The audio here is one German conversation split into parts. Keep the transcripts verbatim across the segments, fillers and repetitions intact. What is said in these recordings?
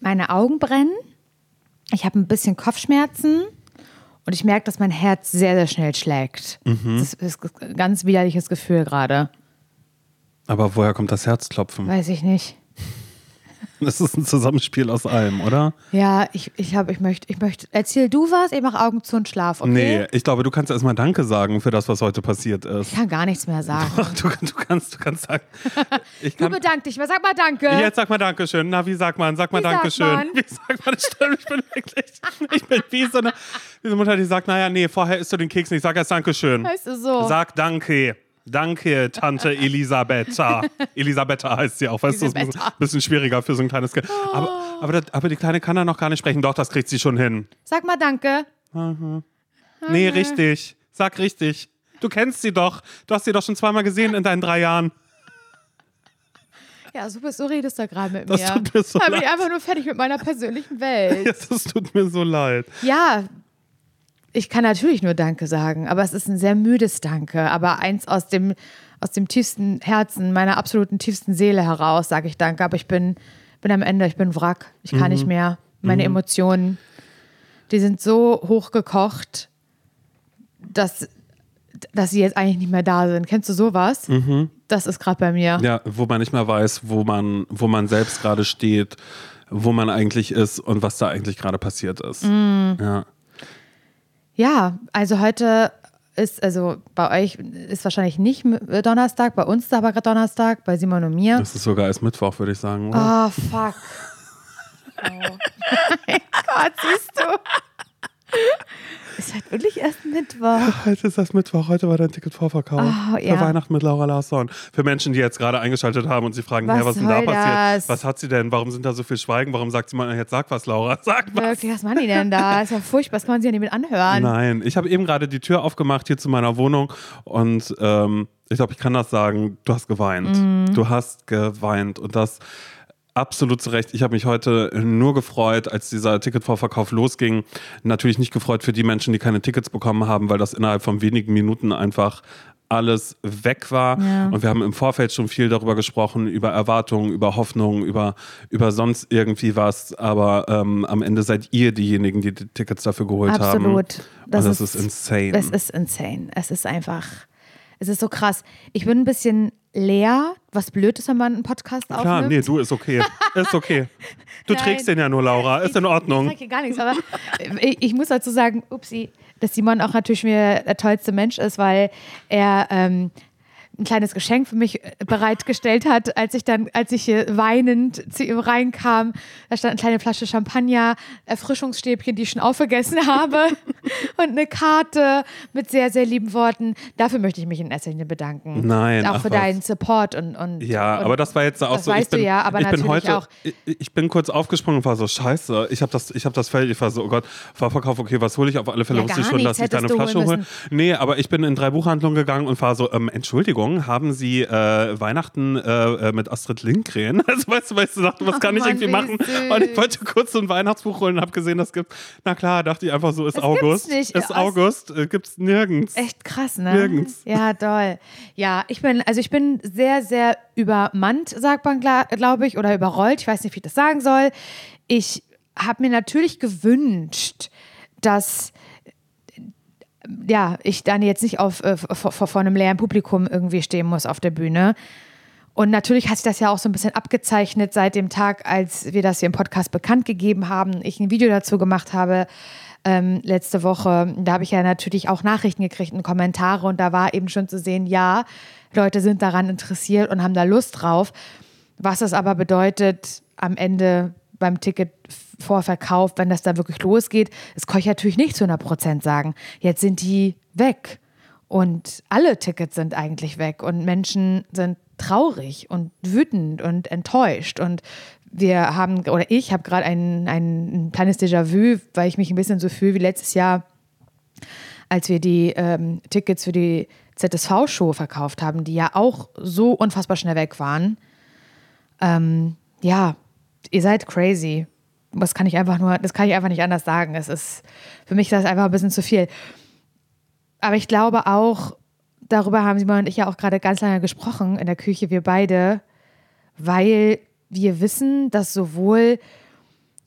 meine Augen brennen, ich habe ein bisschen Kopfschmerzen und ich merke, dass mein Herz sehr, sehr schnell schlägt. Mhm. Das ist ein ganz widerliches Gefühl gerade. Aber woher kommt das Herzklopfen? Weiß ich nicht. Das ist ein Zusammenspiel aus allem, oder? Ja, ich, ich, hab, ich möchte, ich möchte, erzähl du was, ich mache Augen zu und schlaf, okay? Nee, ich glaube, du kannst erstmal Danke sagen für das, was heute passiert ist. Ich kann gar nichts mehr sagen. Doch, du, du, kannst, du kannst sagen. Ich kann, du bedank dich mal, sag mal Danke. Jetzt sag mal Dankeschön. Na, wie sagt man? Sag mal wie Dankeschön. Sagt man? Wie sagt man? Stimmt, ich bin wirklich, ich bin wie so eine, wie so eine Mutter, die sagt, naja, nee, vorher isst du den Keks nicht, sag erst Dankeschön. Weißt du so. Sag Danke. Danke, Tante Elisabetta. Elisabetta heißt sie auch. Weißt du, das ist ein bisschen schwieriger für so ein kleines Kind. Oh. Aber, aber, das, aber die Kleine kann da noch gar nicht sprechen. Doch, das kriegt sie schon hin. Sag mal Danke. Mhm. Nee, richtig. Sag richtig. Du kennst sie doch. Du hast sie doch schon zweimal gesehen in deinen drei Jahren. Ja, so, bist, so redest du gerade mit das mir. Tut mir so da leid. bin ich einfach nur fertig mit meiner persönlichen Welt. Ja, das tut mir so leid. Ja, ich kann natürlich nur Danke sagen, aber es ist ein sehr müdes Danke. Aber eins aus dem, aus dem tiefsten Herzen, meiner absoluten tiefsten Seele heraus sage ich Danke. Aber ich bin, bin am Ende, ich bin Wrack. Ich kann mhm. nicht mehr. Meine mhm. Emotionen, die sind so hochgekocht, dass, dass sie jetzt eigentlich nicht mehr da sind. Kennst du sowas? Mhm. Das ist gerade bei mir. Ja, wo man nicht mehr weiß, wo man, wo man selbst gerade steht, wo man eigentlich ist und was da eigentlich gerade passiert ist. Mhm. Ja. Ja, also heute ist, also bei euch ist wahrscheinlich nicht Donnerstag, bei uns ist aber gerade Donnerstag, bei Simon und mir. Das ist sogar erst Mittwoch, würde ich sagen, oder? Oh, fuck. Oh mein Gott, siehst du? Ist halt wirklich erst Mittwoch. Heute ist das Mittwoch, heute war dein Ticketvorverkauf. Oh, ja. Für Weihnachten mit Laura Larsson. Für Menschen, die jetzt gerade eingeschaltet haben und sich fragen, was, hey, was ist denn da passiert? Das? Was hat sie denn? Warum sind da so viel Schweigen? Warum sagt sie mal, jetzt sag was, Laura, sag was. Wirklich, was machen die denn da? Das ist ja furchtbar, das kann man sich ja nicht mit anhören. Nein, ich habe eben gerade die Tür aufgemacht hier zu meiner Wohnung und ähm, ich glaube, ich kann das sagen, du hast geweint. Mm. Du hast geweint und das absolut zu Recht. Ich habe mich heute nur gefreut, als dieser Ticketvorverkauf losging. Natürlich nicht gefreut für die Menschen, die keine Tickets bekommen haben, weil das innerhalb von wenigen Minuten einfach alles weg war. Ja. Und wir haben im Vorfeld schon viel darüber gesprochen, über Erwartungen, über Hoffnungen, über, über sonst irgendwie was. Aber ähm, am Ende seid ihr diejenigen, die die Tickets dafür geholt Absolut. haben. Absolut. Das, das ist, ist insane. Es ist insane. Es ist einfach, es ist so krass. Ich bin ein bisschen leer, was blöd ist, wenn man einen Podcast aufnimmt. Klar, nee, du, ist okay. Ist okay. Du Nein. trägst den ja nur, Laura. Ist ich, in Ordnung. Ich trage gar nichts, aber ich, ich muss dazu sagen, upsi, dass Simon auch natürlich mir der tollste Mensch ist, weil er ähm, ein kleines Geschenk für mich bereitgestellt hat, als ich dann, als ich hier weinend zu ihm reinkam. Da stand eine kleine Flasche Champagner, Erfrischungsstäbchen, die ich schon aufgegessen habe und eine Karte mit sehr, sehr lieben Worten. Dafür möchte ich mich in erster Linie bedanken. Nein. Auch ach, für was. deinen Support und, und Ja, und aber das war jetzt auch das so. Weißt ich bin, du ja, aber ich bin natürlich heute, auch. Ich, ich bin kurz aufgesprungen und war so, scheiße, ich habe das, ich hab das Feld, ich war so, oh Gott, Vorverkauf, okay, was hole ich? Auf alle Fälle Ja, wusste ich gar schon, nichts dass ich da eine hättest du Flasche holen hole. müssen. Nee, aber ich bin in drei Buchhandlungen gegangen und war so, ähm, Entschuldigung, haben Sie äh, Weihnachten äh, mit Astrid Lindgren? Also weißt du, weißt du, dachte, was Oh kann ich Mann, irgendwie wie machen? süß. Und ich wollte kurz so ein Weihnachtsbuch holen und habe gesehen, das gibt, na klar, dachte ich einfach so, ist Das August. gibt's nicht. Ist Aus- August, äh, gibt's nirgends. Echt krass, ne? Nirgends. Ja, doll. Ja, ich bin, also ich bin sehr, sehr übermannt, sagt man, glaube ich, oder überrollt. Ich weiß nicht, wie ich das sagen soll. Ich habe mir natürlich gewünscht, dass ja, ich dann jetzt nicht auf, äh, vor, vor einem leeren Publikum irgendwie stehen muss auf der Bühne. Und natürlich hat sich das ja auch so ein bisschen abgezeichnet seit dem Tag, als wir das hier im Podcast bekannt gegeben haben. Ich ein Video dazu gemacht habe ähm, letzte Woche. Da habe ich ja natürlich auch Nachrichten gekriegt und Kommentare. Und da war eben schon zu sehen, ja, Leute sind daran interessiert und haben da Lust drauf. Was das aber bedeutet am Ende beim Ticketvorverkauf, wenn das da wirklich losgeht, das kann ich natürlich nicht zu hundert Prozent sagen. Jetzt sind die weg. Und alle Tickets sind eigentlich weg. Und Menschen sind traurig und wütend und enttäuscht. Und wir haben, oder ich habe gerade ein, ein kleines Déjà-vu, weil ich mich ein bisschen so fühle wie letztes Jahr, als wir die ähm, Tickets für die Z S V-Show verkauft haben, die ja auch so unfassbar schnell weg waren. Ähm, ja, ihr seid crazy. Das kann ich einfach nur, das kann ich einfach nicht anders sagen. Es ist, für mich ist das einfach ein bisschen zu viel. Aber ich glaube auch, darüber haben Simon und ich ja auch gerade ganz lange gesprochen in der Küche, wir beide, weil wir wissen, dass sowohl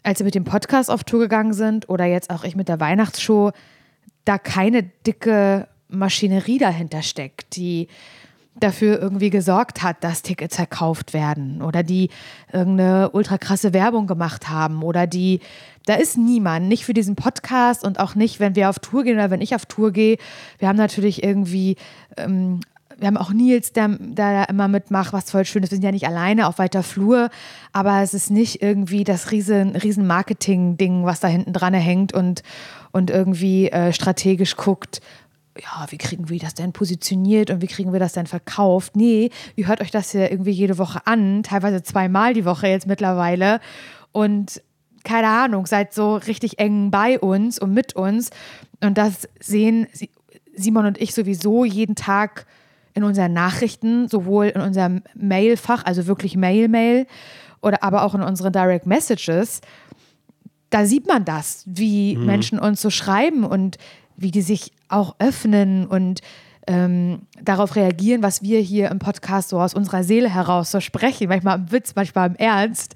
als wir mit dem Podcast auf Tour gegangen sind oder jetzt auch ich mit der Weihnachtsshow, da keine dicke Maschinerie dahinter steckt, die dafür irgendwie gesorgt hat, dass Tickets verkauft werden oder die irgendeine ultra krasse Werbung gemacht haben oder die, da ist niemand, nicht für diesen Podcast und auch nicht, wenn wir auf Tour gehen oder wenn ich auf Tour gehe. Wir haben natürlich irgendwie, ähm, wir haben auch Nils, der, der da immer mitmacht, was voll schön ist. Wir sind ja nicht alleine auf weiter Flur, aber es ist nicht irgendwie das riesen, riesen Marketing-Ding, was da hinten dran hängt und, und irgendwie äh, strategisch guckt, ja, wie kriegen wir das denn positioniert und wie kriegen wir das denn verkauft? Nee, ihr hört euch das ja irgendwie jede Woche an, teilweise zweimal die Woche jetzt mittlerweile und keine Ahnung, seid so richtig eng bei uns und mit uns und das sehen Simon und ich sowieso jeden Tag in unseren Nachrichten, sowohl in unserem Mailfach, also wirklich Mail-Mail oder aber auch in unseren Direct Messages. Da sieht man das, wie mhm. Menschen uns so schreiben und wie die sich auch öffnen und ähm, darauf reagieren, was wir hier im Podcast so aus unserer Seele heraus so sprechen, manchmal im Witz, manchmal im Ernst.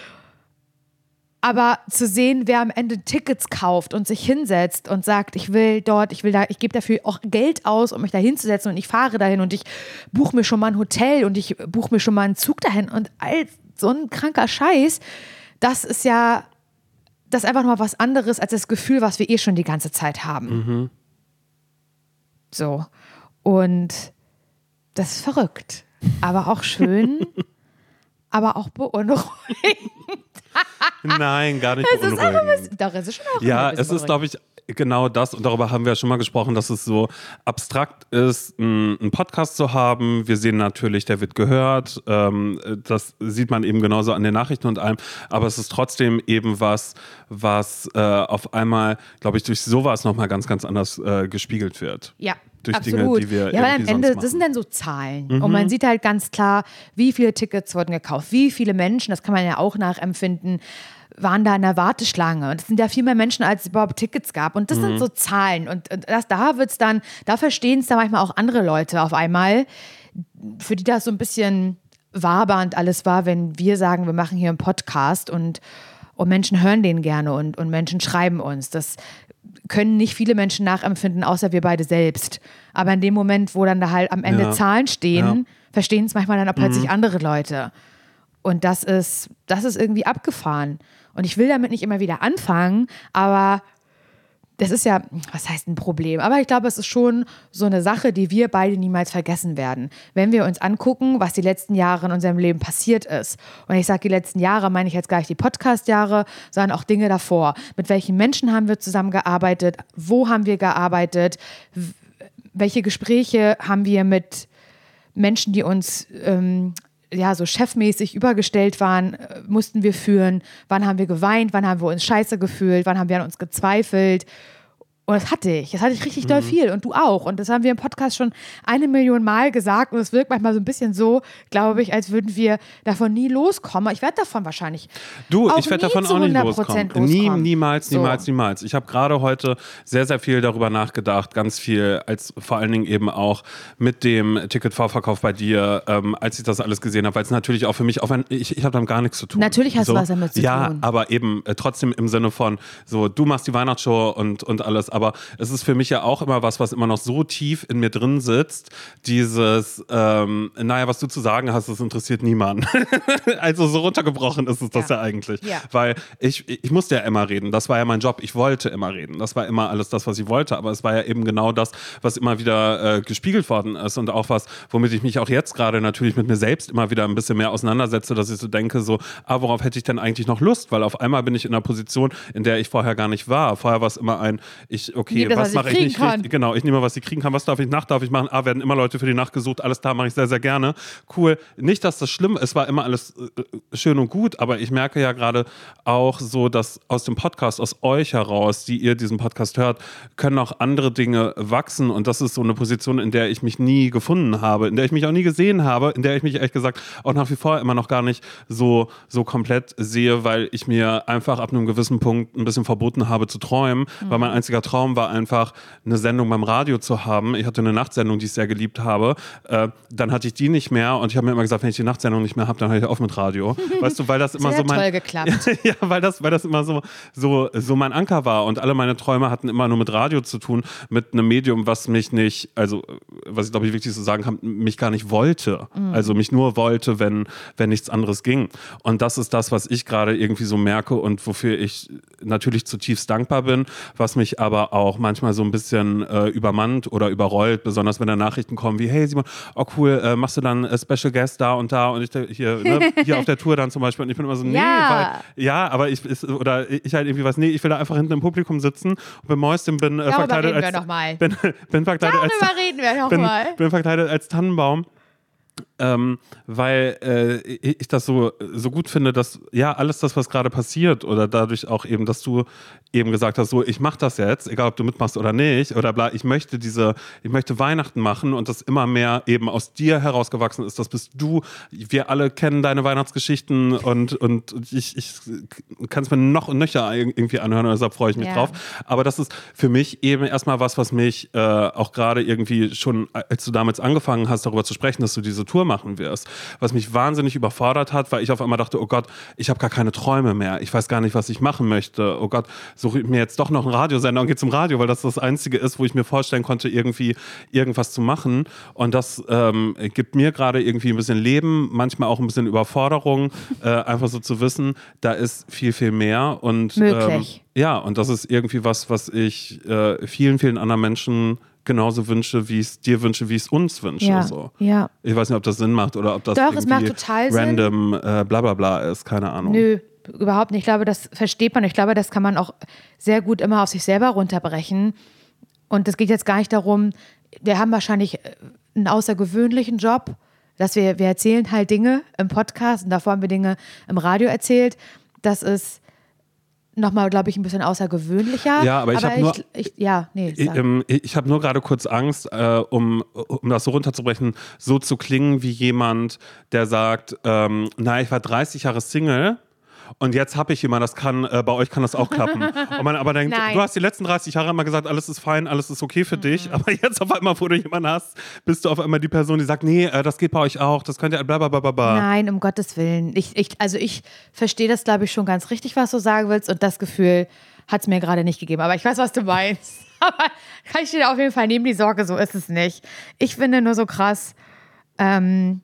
Aber zu sehen, wer am Ende Tickets kauft und sich hinsetzt und sagt, ich will dort, ich will da, ich gebe dafür auch Geld aus, um mich da hinzusetzen und ich fahre dahin und ich buche mir schon mal ein Hotel und ich buche mir schon mal einen Zug dahin und all so ein kranker Scheiß, das ist ja das ist einfach noch was anderes als das Gefühl, was wir eh schon die ganze Zeit haben. Mhm. So. Und das ist verrückt. Aber auch schön, aber auch beunruhigend. Nein, gar nicht es beunruhigend. Ist bisschen, doch, es ist schon auch ja, es ist, glaube ich, genau das, und darüber haben wir ja schon mal gesprochen, dass es so abstrakt ist, einen Podcast zu haben. Wir sehen natürlich, der wird gehört. Ähm, das sieht man eben genauso an den Nachrichten und allem. Aber es ist trotzdem eben was, was äh, auf einmal, glaube ich, durch sowas nochmal ganz, ganz anders äh, gespiegelt wird. Ja. Durch Absolut. Dinge, die wir ja, weil am Ende, machen. das sind dann so Zahlen. Mhm. Und man sieht halt ganz klar, wie viele Tickets wurden gekauft, wie viele Menschen, das kann man ja auch nachempfinden, waren da in der Warteschlange. Und es sind ja viel mehr Menschen, als es überhaupt Tickets gab. Und das mhm. sind so Zahlen. Und, und das, da wird's dann, da verstehen es dann manchmal auch andere Leute auf einmal, für die das so ein bisschen wabernd alles war, wenn wir sagen, wir machen hier einen Podcast und, und Menschen hören den gerne und, und Menschen schreiben uns. Das können nicht viele Menschen nachempfinden, außer wir beide selbst. Aber in dem Moment, wo dann da halt am Ende ja. Zahlen stehen, ja. verstehen es manchmal dann auch plötzlich mhm. andere Leute. Und das ist, das ist irgendwie abgefahren. Und ich will damit nicht immer wieder anfangen, aber das ist ja, was heißt ein Problem? Aber ich glaube, es ist schon so eine Sache, die wir beide niemals vergessen werden. Wenn wir uns angucken, was die letzten Jahre in unserem Leben passiert ist. Und ich sage die letzten Jahre, meine ich jetzt gar nicht die Podcast-Jahre, sondern auch Dinge davor. Mit welchen Menschen haben wir zusammengearbeitet? Wo haben wir gearbeitet? Welche Gespräche haben wir mit Menschen, die uns ähm, ja, so chefmäßig übergestellt waren, äh, mussten wir führen. Wann haben wir geweint? Wann haben wir uns scheiße gefühlt? Wann haben wir an uns gezweifelt? Und das hatte ich. Das hatte ich richtig mhm. doll viel. Und du auch. Und das haben wir im Podcast schon eine Million Mal gesagt. Und es wirkt manchmal so ein bisschen so, glaube ich, als würden wir davon nie loskommen. Ich werde davon wahrscheinlich Du, ich werde davon auch nicht loskommen. loskommen. Nie, niemals, so. niemals, niemals. Ich habe gerade heute sehr, sehr viel darüber nachgedacht. Ganz viel, als vor allen Dingen eben auch mit dem Ticketvorverkauf bei dir, ähm, als ich das alles gesehen habe. Weil es natürlich auch für mich, auch wenn ich, ich habe damit gar nichts zu tun. Natürlich hast so. du was damit zu ja, tun. Ja, aber eben äh, trotzdem im Sinne von, so, du machst die Weihnachtsshow und, und alles. Aber es ist für mich ja auch immer was, was immer noch so tief in mir drin sitzt. Dieses, ähm, naja, was du zu sagen hast, das interessiert niemanden. Also so runtergebrochen ist es das ja, ja eigentlich. Ja. Weil ich, ich musste ja immer reden. Das war ja mein Job. Ich wollte immer reden. Das war immer alles das, was ich wollte. Aber es war ja eben genau das, was immer wieder äh, gespiegelt worden ist. Und auch was, womit ich mich auch jetzt gerade natürlich mit mir selbst immer wieder ein bisschen mehr auseinandersetze, dass ich so denke, so, ah, worauf hätte ich denn eigentlich noch Lust? Weil auf einmal bin ich in einer Position, in der ich vorher gar nicht war. Vorher war es immer ein, ich, okay, das, was mache ich nicht kann. richtig? Genau, ich nehme, was ich kriegen kann. Was darf ich, Nacht darf ich machen? Ah, werden immer Leute für die Nacht gesucht. Alles da mache ich sehr, sehr gerne. Cool. Nicht, dass das schlimm ist, es war immer alles äh, schön und gut, aber ich merke ja gerade auch so, dass aus dem Podcast, aus euch heraus, die ihr diesen Podcast hört, können auch andere Dinge wachsen, und das ist so eine Position, in der ich mich nie gefunden habe, in der ich mich auch nie gesehen habe, in der ich mich ehrlich gesagt auch nach wie vor immer noch gar nicht so, so komplett sehe, weil ich mir einfach ab einem gewissen Punkt ein bisschen verboten habe zu träumen, mhm. weil mein einziger Traum Traum war einfach, eine Sendung beim Radio zu haben. Ich hatte eine Nachtsendung, die ich sehr geliebt habe. Äh, dann hatte ich die nicht mehr und ich habe mir immer gesagt, wenn ich die Nachtsendung nicht mehr habe, dann höre ich auf mit Radio. Weißt du, weil das immer Sehr so mein... toll geklappt. ja, weil das, weil das immer so, so, so mein Anker war und alle meine Träume hatten immer nur mit Radio zu tun, mit einem Medium, was mich nicht, also was ich glaube ich wichtig zu sagen habe, mich gar nicht wollte. Mhm. Also mich nur wollte, wenn, wenn nichts anderes ging. Und das ist das, was ich gerade irgendwie so merke und wofür ich natürlich zutiefst dankbar bin, was mich aber auch manchmal so ein bisschen äh, übermannt oder überrollt, besonders wenn da Nachrichten kommen wie, hey Simon, oh cool, äh, machst du dann äh, Special Guest da und da und ich hier, ne, hier auf der Tour dann zum Beispiel und ich bin immer so, nee, ja. weil, ja, aber ich, ist, oder ich halt irgendwie was, nee, ich will da einfach hinten im Publikum sitzen und bin Mäuschen, bin äh, verkleidet als, bin, bin verkleidet als, reden wir noch bin, mal. bin verkleidet als Tannenbaum. Ähm, weil äh, ich das so, so gut finde, dass ja alles das, was gerade passiert oder dadurch auch eben, dass du eben gesagt hast, so ich mache das jetzt, egal ob du mitmachst oder nicht oder bla, ich möchte diese, ich möchte Weihnachten machen und das immer mehr eben aus dir herausgewachsen ist, das bist du, wir alle kennen deine Weihnachtsgeschichten und, und ich, ich kann es mir noch und nöcher irgendwie anhören und deshalb freue ich mich ja. drauf, aber das ist für mich eben erstmal was, was mich äh, auch gerade irgendwie schon, als du damals angefangen hast, darüber zu sprechen, dass du diese Tour machen wirst, was mich wahnsinnig überfordert hat, weil ich auf einmal dachte, oh Gott, ich habe gar keine Träume mehr, ich weiß gar nicht, was ich machen möchte, oh Gott, suche ich mir jetzt doch noch einen Radiosender und gehe zum Radio, weil das das Einzige ist, wo ich mir vorstellen konnte, irgendwie irgendwas zu machen und das ähm, gibt mir gerade irgendwie ein bisschen Leben, manchmal auch ein bisschen Überforderung, äh, einfach so zu wissen, da ist viel, viel mehr und möglich. Ähm, ja, und das ist irgendwie was, was ich äh, vielen, vielen anderen Menschen genauso wünsche, wie ich es dir wünsche, wie ich es uns wünsche. Ja, so. ja. Ich weiß nicht, ob das Sinn macht oder ob das Doch, irgendwie es macht total random äh, bla bla bla ist, keine Ahnung. Nö, überhaupt nicht. Ich glaube, das versteht man. Ich glaube, das kann man auch sehr gut immer auf sich selber runterbrechen. Und es geht jetzt gar nicht darum, wir haben wahrscheinlich einen außergewöhnlichen Job, dass wir, wir erzählen halt Dinge im Podcast und davor haben wir Dinge im Radio erzählt. Das ist nochmal, glaube ich, ein bisschen außergewöhnlicher. Ja, aber ich habe nur, ich, ich, ja, nee, ich, ähm, ich habe nur gerade kurz Angst, äh, um, um das so runterzubrechen, so zu klingen wie jemand, der sagt, ähm, na, ich war dreißig Jahre Single. Und jetzt habe ich jemanden, das kann, äh, bei euch kann das auch klappen. Und man aber denkt, Nein. du hast die letzten dreißig Jahre immer gesagt, alles ist fein, alles ist okay für mhm. dich. Aber jetzt auf einmal, wo du jemanden hast, bist du auf einmal die Person, die sagt, nee, äh, das geht bei euch auch, das könnt ihr blablabla. Nein, um Gottes Willen. Ich, ich, also ich verstehe das, glaube ich, schon ganz richtig, was du sagen willst. Und das Gefühl hat es mir gerade nicht gegeben. Aber ich weiß, was du meinst. Aber kann ich dir auf jeden Fall nehmen, die Sorge, so ist es nicht. Ich finde nur so krass, ähm,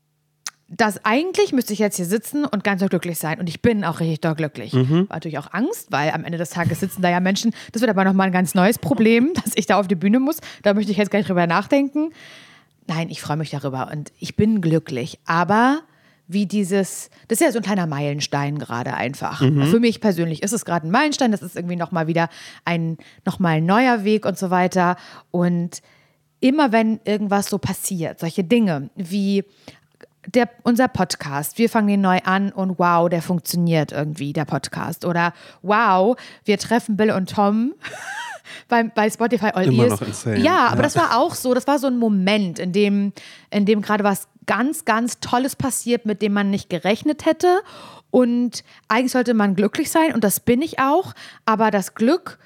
dass eigentlich müsste ich jetzt hier sitzen und ganz doll glücklich sein. Und ich bin auch richtig doll glücklich. Mhm. War natürlich auch Angst, weil am Ende des Tages sitzen da ja Menschen. Das wird aber nochmal ein ganz neues Problem, dass ich da auf die Bühne muss. Da möchte ich jetzt gar nicht drüber nachdenken. Nein, ich freue mich darüber und ich bin glücklich. Aber wie dieses, das ist ja so ein kleiner Meilenstein gerade einfach. Mhm. Für mich persönlich ist es gerade ein Meilenstein. Das ist irgendwie nochmal wieder ein, nochmal ein neuer Weg und so weiter. Und immer wenn irgendwas so passiert, solche Dinge wie Der, unser Podcast, wir fangen den neu an und wow, der funktioniert irgendwie, der Podcast. Oder wow, wir treffen Bill und Tom bei, bei Spotify All Immer Ears. noch insane. Ja, aber ja. das war auch so, das war so ein Moment, in dem, in dem gerade was ganz, ganz Tolles passiert, mit dem man nicht gerechnet hätte. Und eigentlich sollte man glücklich sein und das bin ich auch, aber das Glück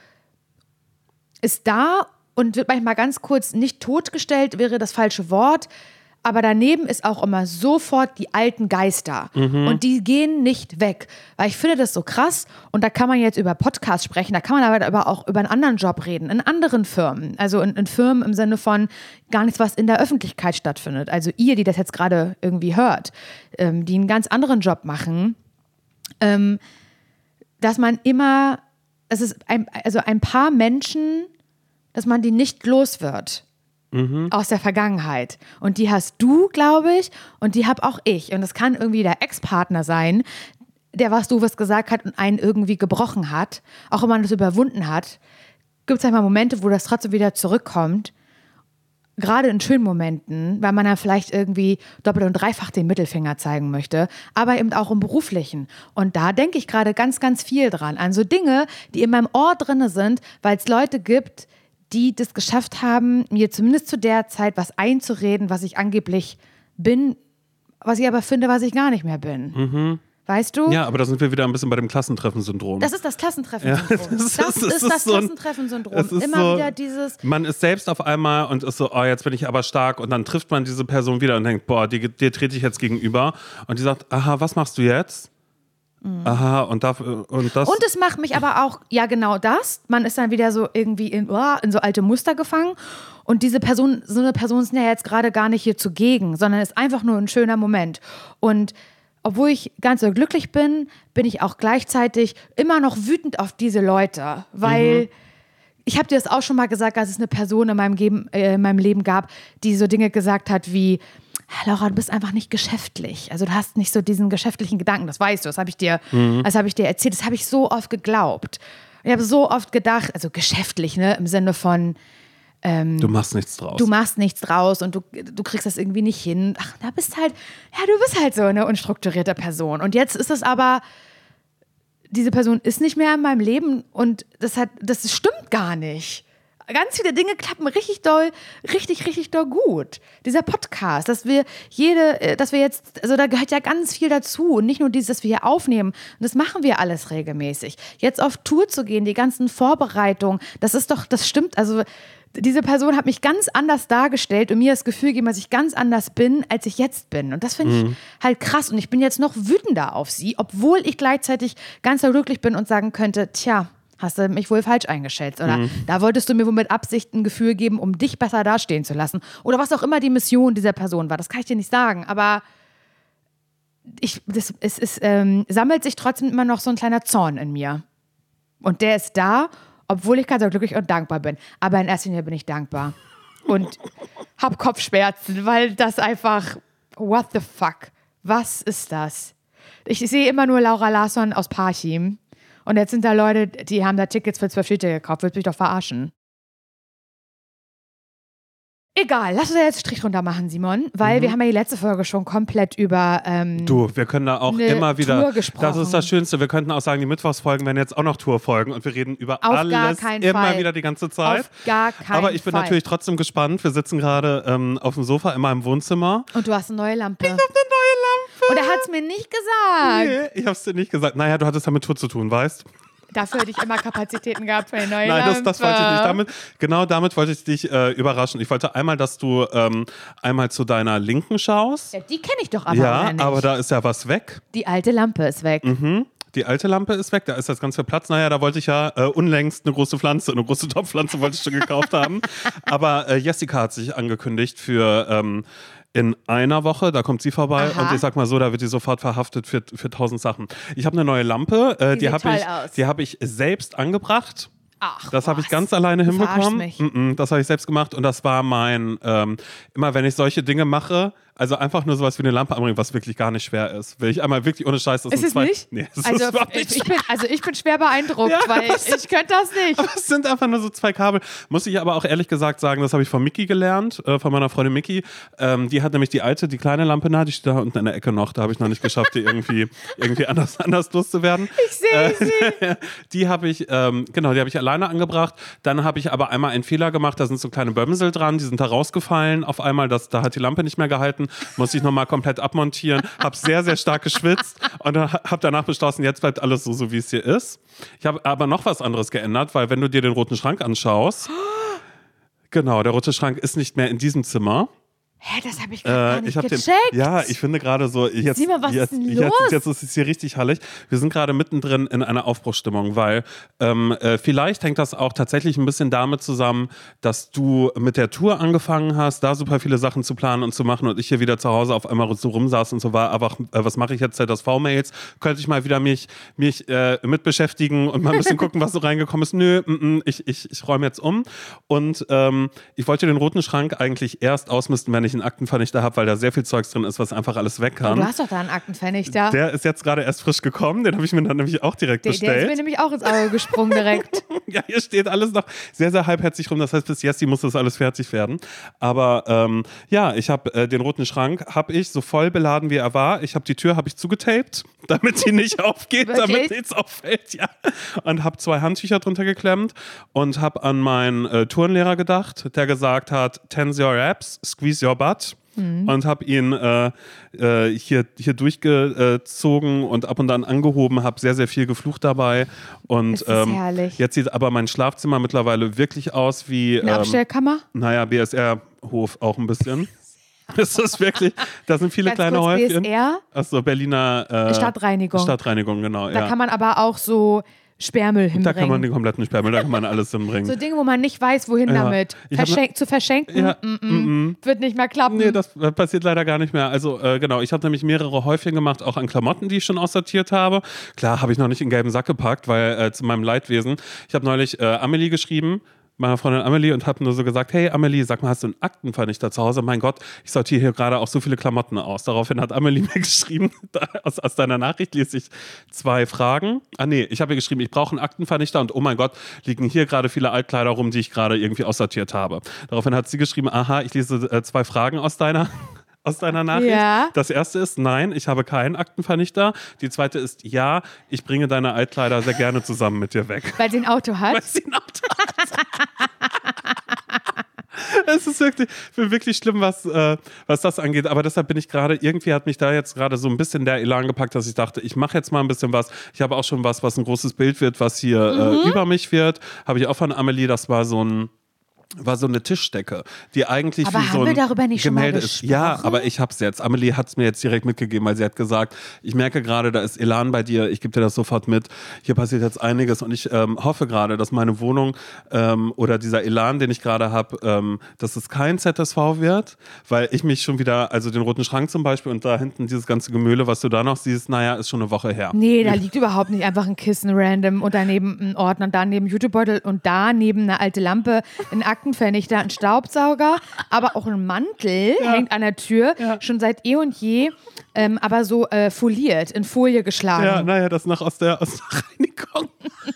ist da und wird manchmal ganz kurz nicht totgestellt, wäre das falsche Wort. Aber daneben ist auch immer sofort die alten Geister. Mhm. Und die gehen nicht weg. Weil ich finde das so krass. Und da kann man jetzt über Podcasts sprechen. Da kann man aber auch über einen anderen Job reden. In anderen Firmen. Also in, in Firmen im Sinne von gar nichts, was in der Öffentlichkeit stattfindet. Also ihr, die das jetzt gerade irgendwie hört. Ähm, die einen ganz anderen Job machen. Ähm, dass man immer, es ist ein, also ein paar Menschen, dass man die nicht los wird. Mhm. Aus der Vergangenheit. Und die hast du, glaube ich, und die habe auch ich. Und das kann irgendwie der Ex-Partner sein, der was du was gesagt hat und einen irgendwie gebrochen hat. Auch wenn man das überwunden hat, gibt es einmal Momente, wo das trotzdem wieder zurückkommt. Gerade in schönen Momenten, weil man dann vielleicht irgendwie doppelt und dreifach den Mittelfinger zeigen möchte, aber eben auch im Beruflichen. Und da denke ich gerade ganz, ganz viel dran. An so Dinge, die in meinem Ohr drin sind, weil es Leute gibt, die das geschafft haben, mir zumindest zu der Zeit was einzureden, was ich angeblich bin, was ich aber finde, was ich gar nicht mehr bin. Mhm. Weißt du? Ja, aber da sind wir wieder ein bisschen bei dem Klassentreffen-Syndrom. Das ist das Klassentreffen-Syndrom. Ja, das ist, das das ist, ist das so ein, Klassentreffen-Syndrom. es ist Immer so, wieder dieses... Man ist selbst auf einmal und ist so, oh, jetzt bin ich aber stark. Und dann trifft man diese Person wieder und denkt, boah, dir, dir trete ich jetzt gegenüber. Und die sagt, aha, was machst du jetzt? Mhm. Aha, und, da, und das... Und es macht mich aber auch, ja genau das. Man ist dann wieder so irgendwie in, oh, in so alte Muster gefangen. Und diese Person, so eine Person ist ja jetzt gerade gar nicht hier zugegen, sondern ist einfach nur ein schöner Moment. Und obwohl ich ganz so glücklich bin, bin ich auch gleichzeitig immer noch wütend auf diese Leute, weil mhm. ich habe dir das auch schon mal gesagt, als es eine Person in meinem, Geben, äh, in meinem Leben gab, die so Dinge gesagt hat wie, Laura, du bist einfach nicht geschäftlich. Also du hast nicht so diesen geschäftlichen Gedanken, das weißt du, das habe ich dir, mhm. das habe ich dir erzählt, das habe ich so oft geglaubt. Ich habe so oft gedacht, also geschäftlich, ne, im Sinne von Ähm, du machst nichts draus. Du machst nichts draus und du, du kriegst das irgendwie nicht hin. Ach, da bist halt, ja, du bist halt so eine unstrukturierte Person. Und jetzt ist es aber, diese Person ist nicht mehr in meinem Leben und das hat, das stimmt gar nicht. Ganz viele Dinge klappen richtig doll, richtig, richtig doll gut. Dieser Podcast, dass wir jede, dass wir jetzt, also da gehört ja ganz viel dazu und nicht nur dieses, dass wir hier aufnehmen. Und das machen wir alles regelmäßig. Jetzt auf Tour zu gehen, die ganzen Vorbereitungen, das ist doch, das stimmt, also diese Person hat mich ganz anders dargestellt und mir das Gefühl gegeben, dass ich ganz anders bin, als ich jetzt bin. Und das finde ich mhm. halt krass. Und ich bin jetzt noch wütender auf sie, obwohl ich gleichzeitig ganz glücklich bin und sagen könnte, tja, hast du mich wohl falsch eingeschätzt. Oder mhm. da wolltest du mir wohl mit Absicht ein Gefühl geben, um dich besser dastehen zu lassen. Oder was auch immer die Mission dieser Person war. Das kann ich dir nicht sagen. Aber ich, das, es, es ähm, sammelt sich trotzdem immer noch so ein kleiner Zorn in mir. Und der ist da, obwohl ich ganz glücklich und dankbar bin. Aber in erster Linie bin ich dankbar. Und hab Kopfschmerzen, weil das einfach, what the fuck? Was ist das? Ich sehe immer nur Laura Larsson aus Parchim. Und jetzt sind da Leute, die haben da Tickets für zwölf Städte gekauft. Willst du mich doch verarschen? Egal, lass uns da jetzt einen Strich drunter machen, Simon, weil mhm. wir haben ja die letzte Folge schon komplett über ähm, Du, wir können da auch immer wieder, Tour gesprochen. Das ist das Schönste, wir könnten auch sagen, die Mittwochsfolgen werden jetzt auch noch Tourfolgen und wir reden über Auf alles gar keinen immer Fall. wieder die ganze Zeit. Auf gar keinen Fall. Aber ich bin Fall. natürlich trotzdem gespannt, wir sitzen gerade ähm, auf dem Sofa in meinem Wohnzimmer. Und du hast eine neue Lampe. Ich hab eine neue Lampe. Und er hat es mir nicht gesagt. Nee, ich hab's dir nicht gesagt. Naja, du hattest ja mit Tour zu tun, weißt du? Dafür hätte ich immer Kapazitäten gehabt für eine neue Nein, Lampe. das, das wollte ich nicht. Damit, genau damit wollte ich dich äh, überraschen. Ich wollte einmal, dass du ähm, einmal zu deiner Linken schaust. Ja, die kenne ich doch aber Ja, nicht. aber da ist ja was weg. Die alte Lampe ist weg. Mhm. Die alte Lampe ist weg, da ist das ganz viel Platz. Naja, da wollte ich ja äh, unlängst eine große Pflanze, eine große Topfpflanze wollte ich schon gekauft haben. Aber äh, Jessica hat sich angekündigt für ähm, in einer Woche, da kommt sie vorbei. Aha. Und ich sag mal so, da wird sie sofort verhaftet für, für tausend Sachen. Ich habe eine neue Lampe, äh, die, die habe ich, die hab ich selbst angebracht. Ach, das habe ich ganz alleine du hinbekommen. Mich. Mm-mm, das habe ich selbst gemacht und das war mein, ähm, immer wenn ich solche Dinge mache, also einfach nur sowas wie eine Lampe anbringen, was wirklich gar nicht schwer ist. Will ich einmal wirklich ohne Scheiß, das ist sind es zwei. Nicht? Nee, das also, ist überhaupt nicht ich bin, also ich bin schwer beeindruckt, ja, weil ich könnte das nicht. Aber es sind einfach nur so zwei Kabel. Muss ich aber auch ehrlich gesagt sagen, das habe ich von Micky gelernt, äh, von meiner Freundin Micky. Ähm, die hat nämlich die alte, die kleine Lampe da, die steht da unten in der Ecke noch. Da habe ich noch nicht geschafft, die irgendwie, irgendwie anders, anders loszuwerden. Ich sehe sie. Die habe ich, ähm, genau, die habe ich alleine angebracht. Dann habe ich aber einmal einen Fehler gemacht, da sind so kleine Bömsel dran, die sind da rausgefallen auf einmal, das, da hat die Lampe nicht mehr gehalten, muss ich nochmal komplett abmontieren, habe sehr, sehr stark geschwitzt und habe danach beschlossen, jetzt bleibt alles so, so wie es hier ist. Ich habe aber noch was anderes geändert, weil wenn du dir den roten Schrank anschaust, genau, der rote Schrank ist nicht mehr in diesem Zimmer. Hä, das habe ich gar äh, nicht ich gecheckt. Den, ja, ich finde gerade so, jetzt, Simon, was jetzt, ist denn jetzt, los? jetzt ist es hier richtig hallig. Wir sind gerade mittendrin in einer Aufbruchsstimmung, weil ähm, äh, vielleicht hängt das auch tatsächlich ein bisschen damit zusammen, dass du mit der Tour angefangen hast, da super viele Sachen zu planen und zu machen und ich hier wieder zu Hause auf einmal so rumsaß und so war, aber äh, was mache ich jetzt, Z S V-Mails? Könnte ich mal wieder mich, mich äh, mit beschäftigen und mal ein bisschen gucken, was so reingekommen ist? Nö, m -m, ich, ich, ich räume jetzt um und ähm, ich wollte den roten Schrank eigentlich erst ausmisten, wenn ich einen Aktenvernichter habe, weil da sehr viel Zeugs drin ist, was einfach alles weg kann. Oh, du hast doch da einen Aktenvernichter. Der ist jetzt gerade erst frisch gekommen, den habe ich mir dann nämlich auch direkt der, bestellt. Der ist mir nämlich auch ins Auge gesprungen direkt. Ja, hier steht alles noch sehr, sehr halbherzig rum, das heißt, bis jetzt muss das alles fertig werden. Aber ähm, ja, ich habe äh, den roten Schrank, habe ich so voll beladen, wie er war. Ich habe die Tür habe ich zugetaped, damit die nicht aufgeht, damit nichts auffällt, ja. Und habe zwei Handtücher drunter geklemmt und habe an meinen äh, Turnlehrer gedacht, der gesagt hat, tense your abs, squeeze your butt. mhm. und habe ihn äh, äh, hier, hier durchgezogen und ab und an angehoben, habe sehr, sehr viel geflucht dabei. Und Das ist ähm, herrlich. jetzt sieht aber mein Schlafzimmer mittlerweile wirklich aus wie Eine ähm, Abstellkammer? naja, B S R-Hof auch ein bisschen. Es ist wirklich, da sind viele Ganz kleine kurz, Häufchen. B S R? Achso, Berliner äh, Stadtreinigung. Stadtreinigung, genau. Da ja. kann man aber auch so Sperrmüll hinbringen. Da kann man den kompletten Sperrmüll, da kann man alles hinbringen. So Dinge, wo man nicht weiß, wohin Ja. damit. Ich hab Verschenk, zu verschenken, Ja, mm -mm, wird nicht mehr klappen. Nee, das äh, passiert leider gar nicht mehr. Also äh, genau, ich habe nämlich mehrere Häufchen gemacht, auch an Klamotten, die ich schon aussortiert habe. Klar, habe ich noch nicht in den gelben Sack gepackt, weil äh, zu meinem Leidwesen. Ich habe neulich äh, Amelie geschrieben, meiner Freundin Amelie, und habe nur so gesagt, hey Amelie, sag mal, hast du einen Aktenvernichter zu Hause? Mein Gott, ich sortiere hier gerade auch so viele Klamotten aus. Daraufhin hat Amelie mir geschrieben, da, aus, aus deiner Nachricht lese ich zwei Fragen. Ah nee, ich habe ihr geschrieben, ich brauche einen Aktenvernichter und oh mein Gott, liegen hier gerade viele Altkleider rum, die ich gerade irgendwie aussortiert habe. Daraufhin hat sie geschrieben, aha, ich lese äh, zwei Fragen aus deiner aus deiner Nachricht. Ja. Das erste ist, nein, ich habe keinen Aktenvernichter. Die zweite ist, ja, ich bringe deine Altkleider sehr gerne zusammen mit dir weg. Weil sie ein Auto hat? Weil sie ein Auto hat. Es ist wirklich, wirklich schlimm, was, äh, was das angeht. Aber deshalb bin ich gerade, irgendwie hat mich da jetzt gerade so ein bisschen der Elan gepackt, dass ich dachte, ich mache jetzt mal ein bisschen was. Ich habe auch schon was, was ein großes Bild wird, was hier mhm. äh, über mich wird. Habe ich auch von Amelie, das war so ein war so eine Tischdecke, die eigentlich aber wie so ein wir darüber nicht Gemälde schon mal ist. Ja, aber ich hab's jetzt. Amelie hat's mir jetzt direkt mitgegeben, weil sie hat gesagt, ich merke gerade, da ist Elan bei dir, ich gebe dir das sofort mit. Hier passiert jetzt einiges und ich ähm, hoffe gerade, dass meine Wohnung ähm, oder dieser Elan, den ich gerade habe, ähm, dass es kein Z S V wird, weil ich mich schon wieder, also den roten Schrank zum Beispiel und da hinten dieses ganze Gemühle, was du da noch siehst, naja, ist schon eine Woche her. Nee, da liegt überhaupt nicht einfach ein Kissen random und daneben ein Ordner und daneben ein Jutebeutel und daneben eine alte Lampe, ein Aktenvernichter, ein Staubsauger, aber auch ein Mantel Ja. hängt an der Tür, Ja. schon seit eh und je, ähm, aber so äh, foliert, in Folie geschlagen. Ja, naja, das noch aus der, aus der Reinigung.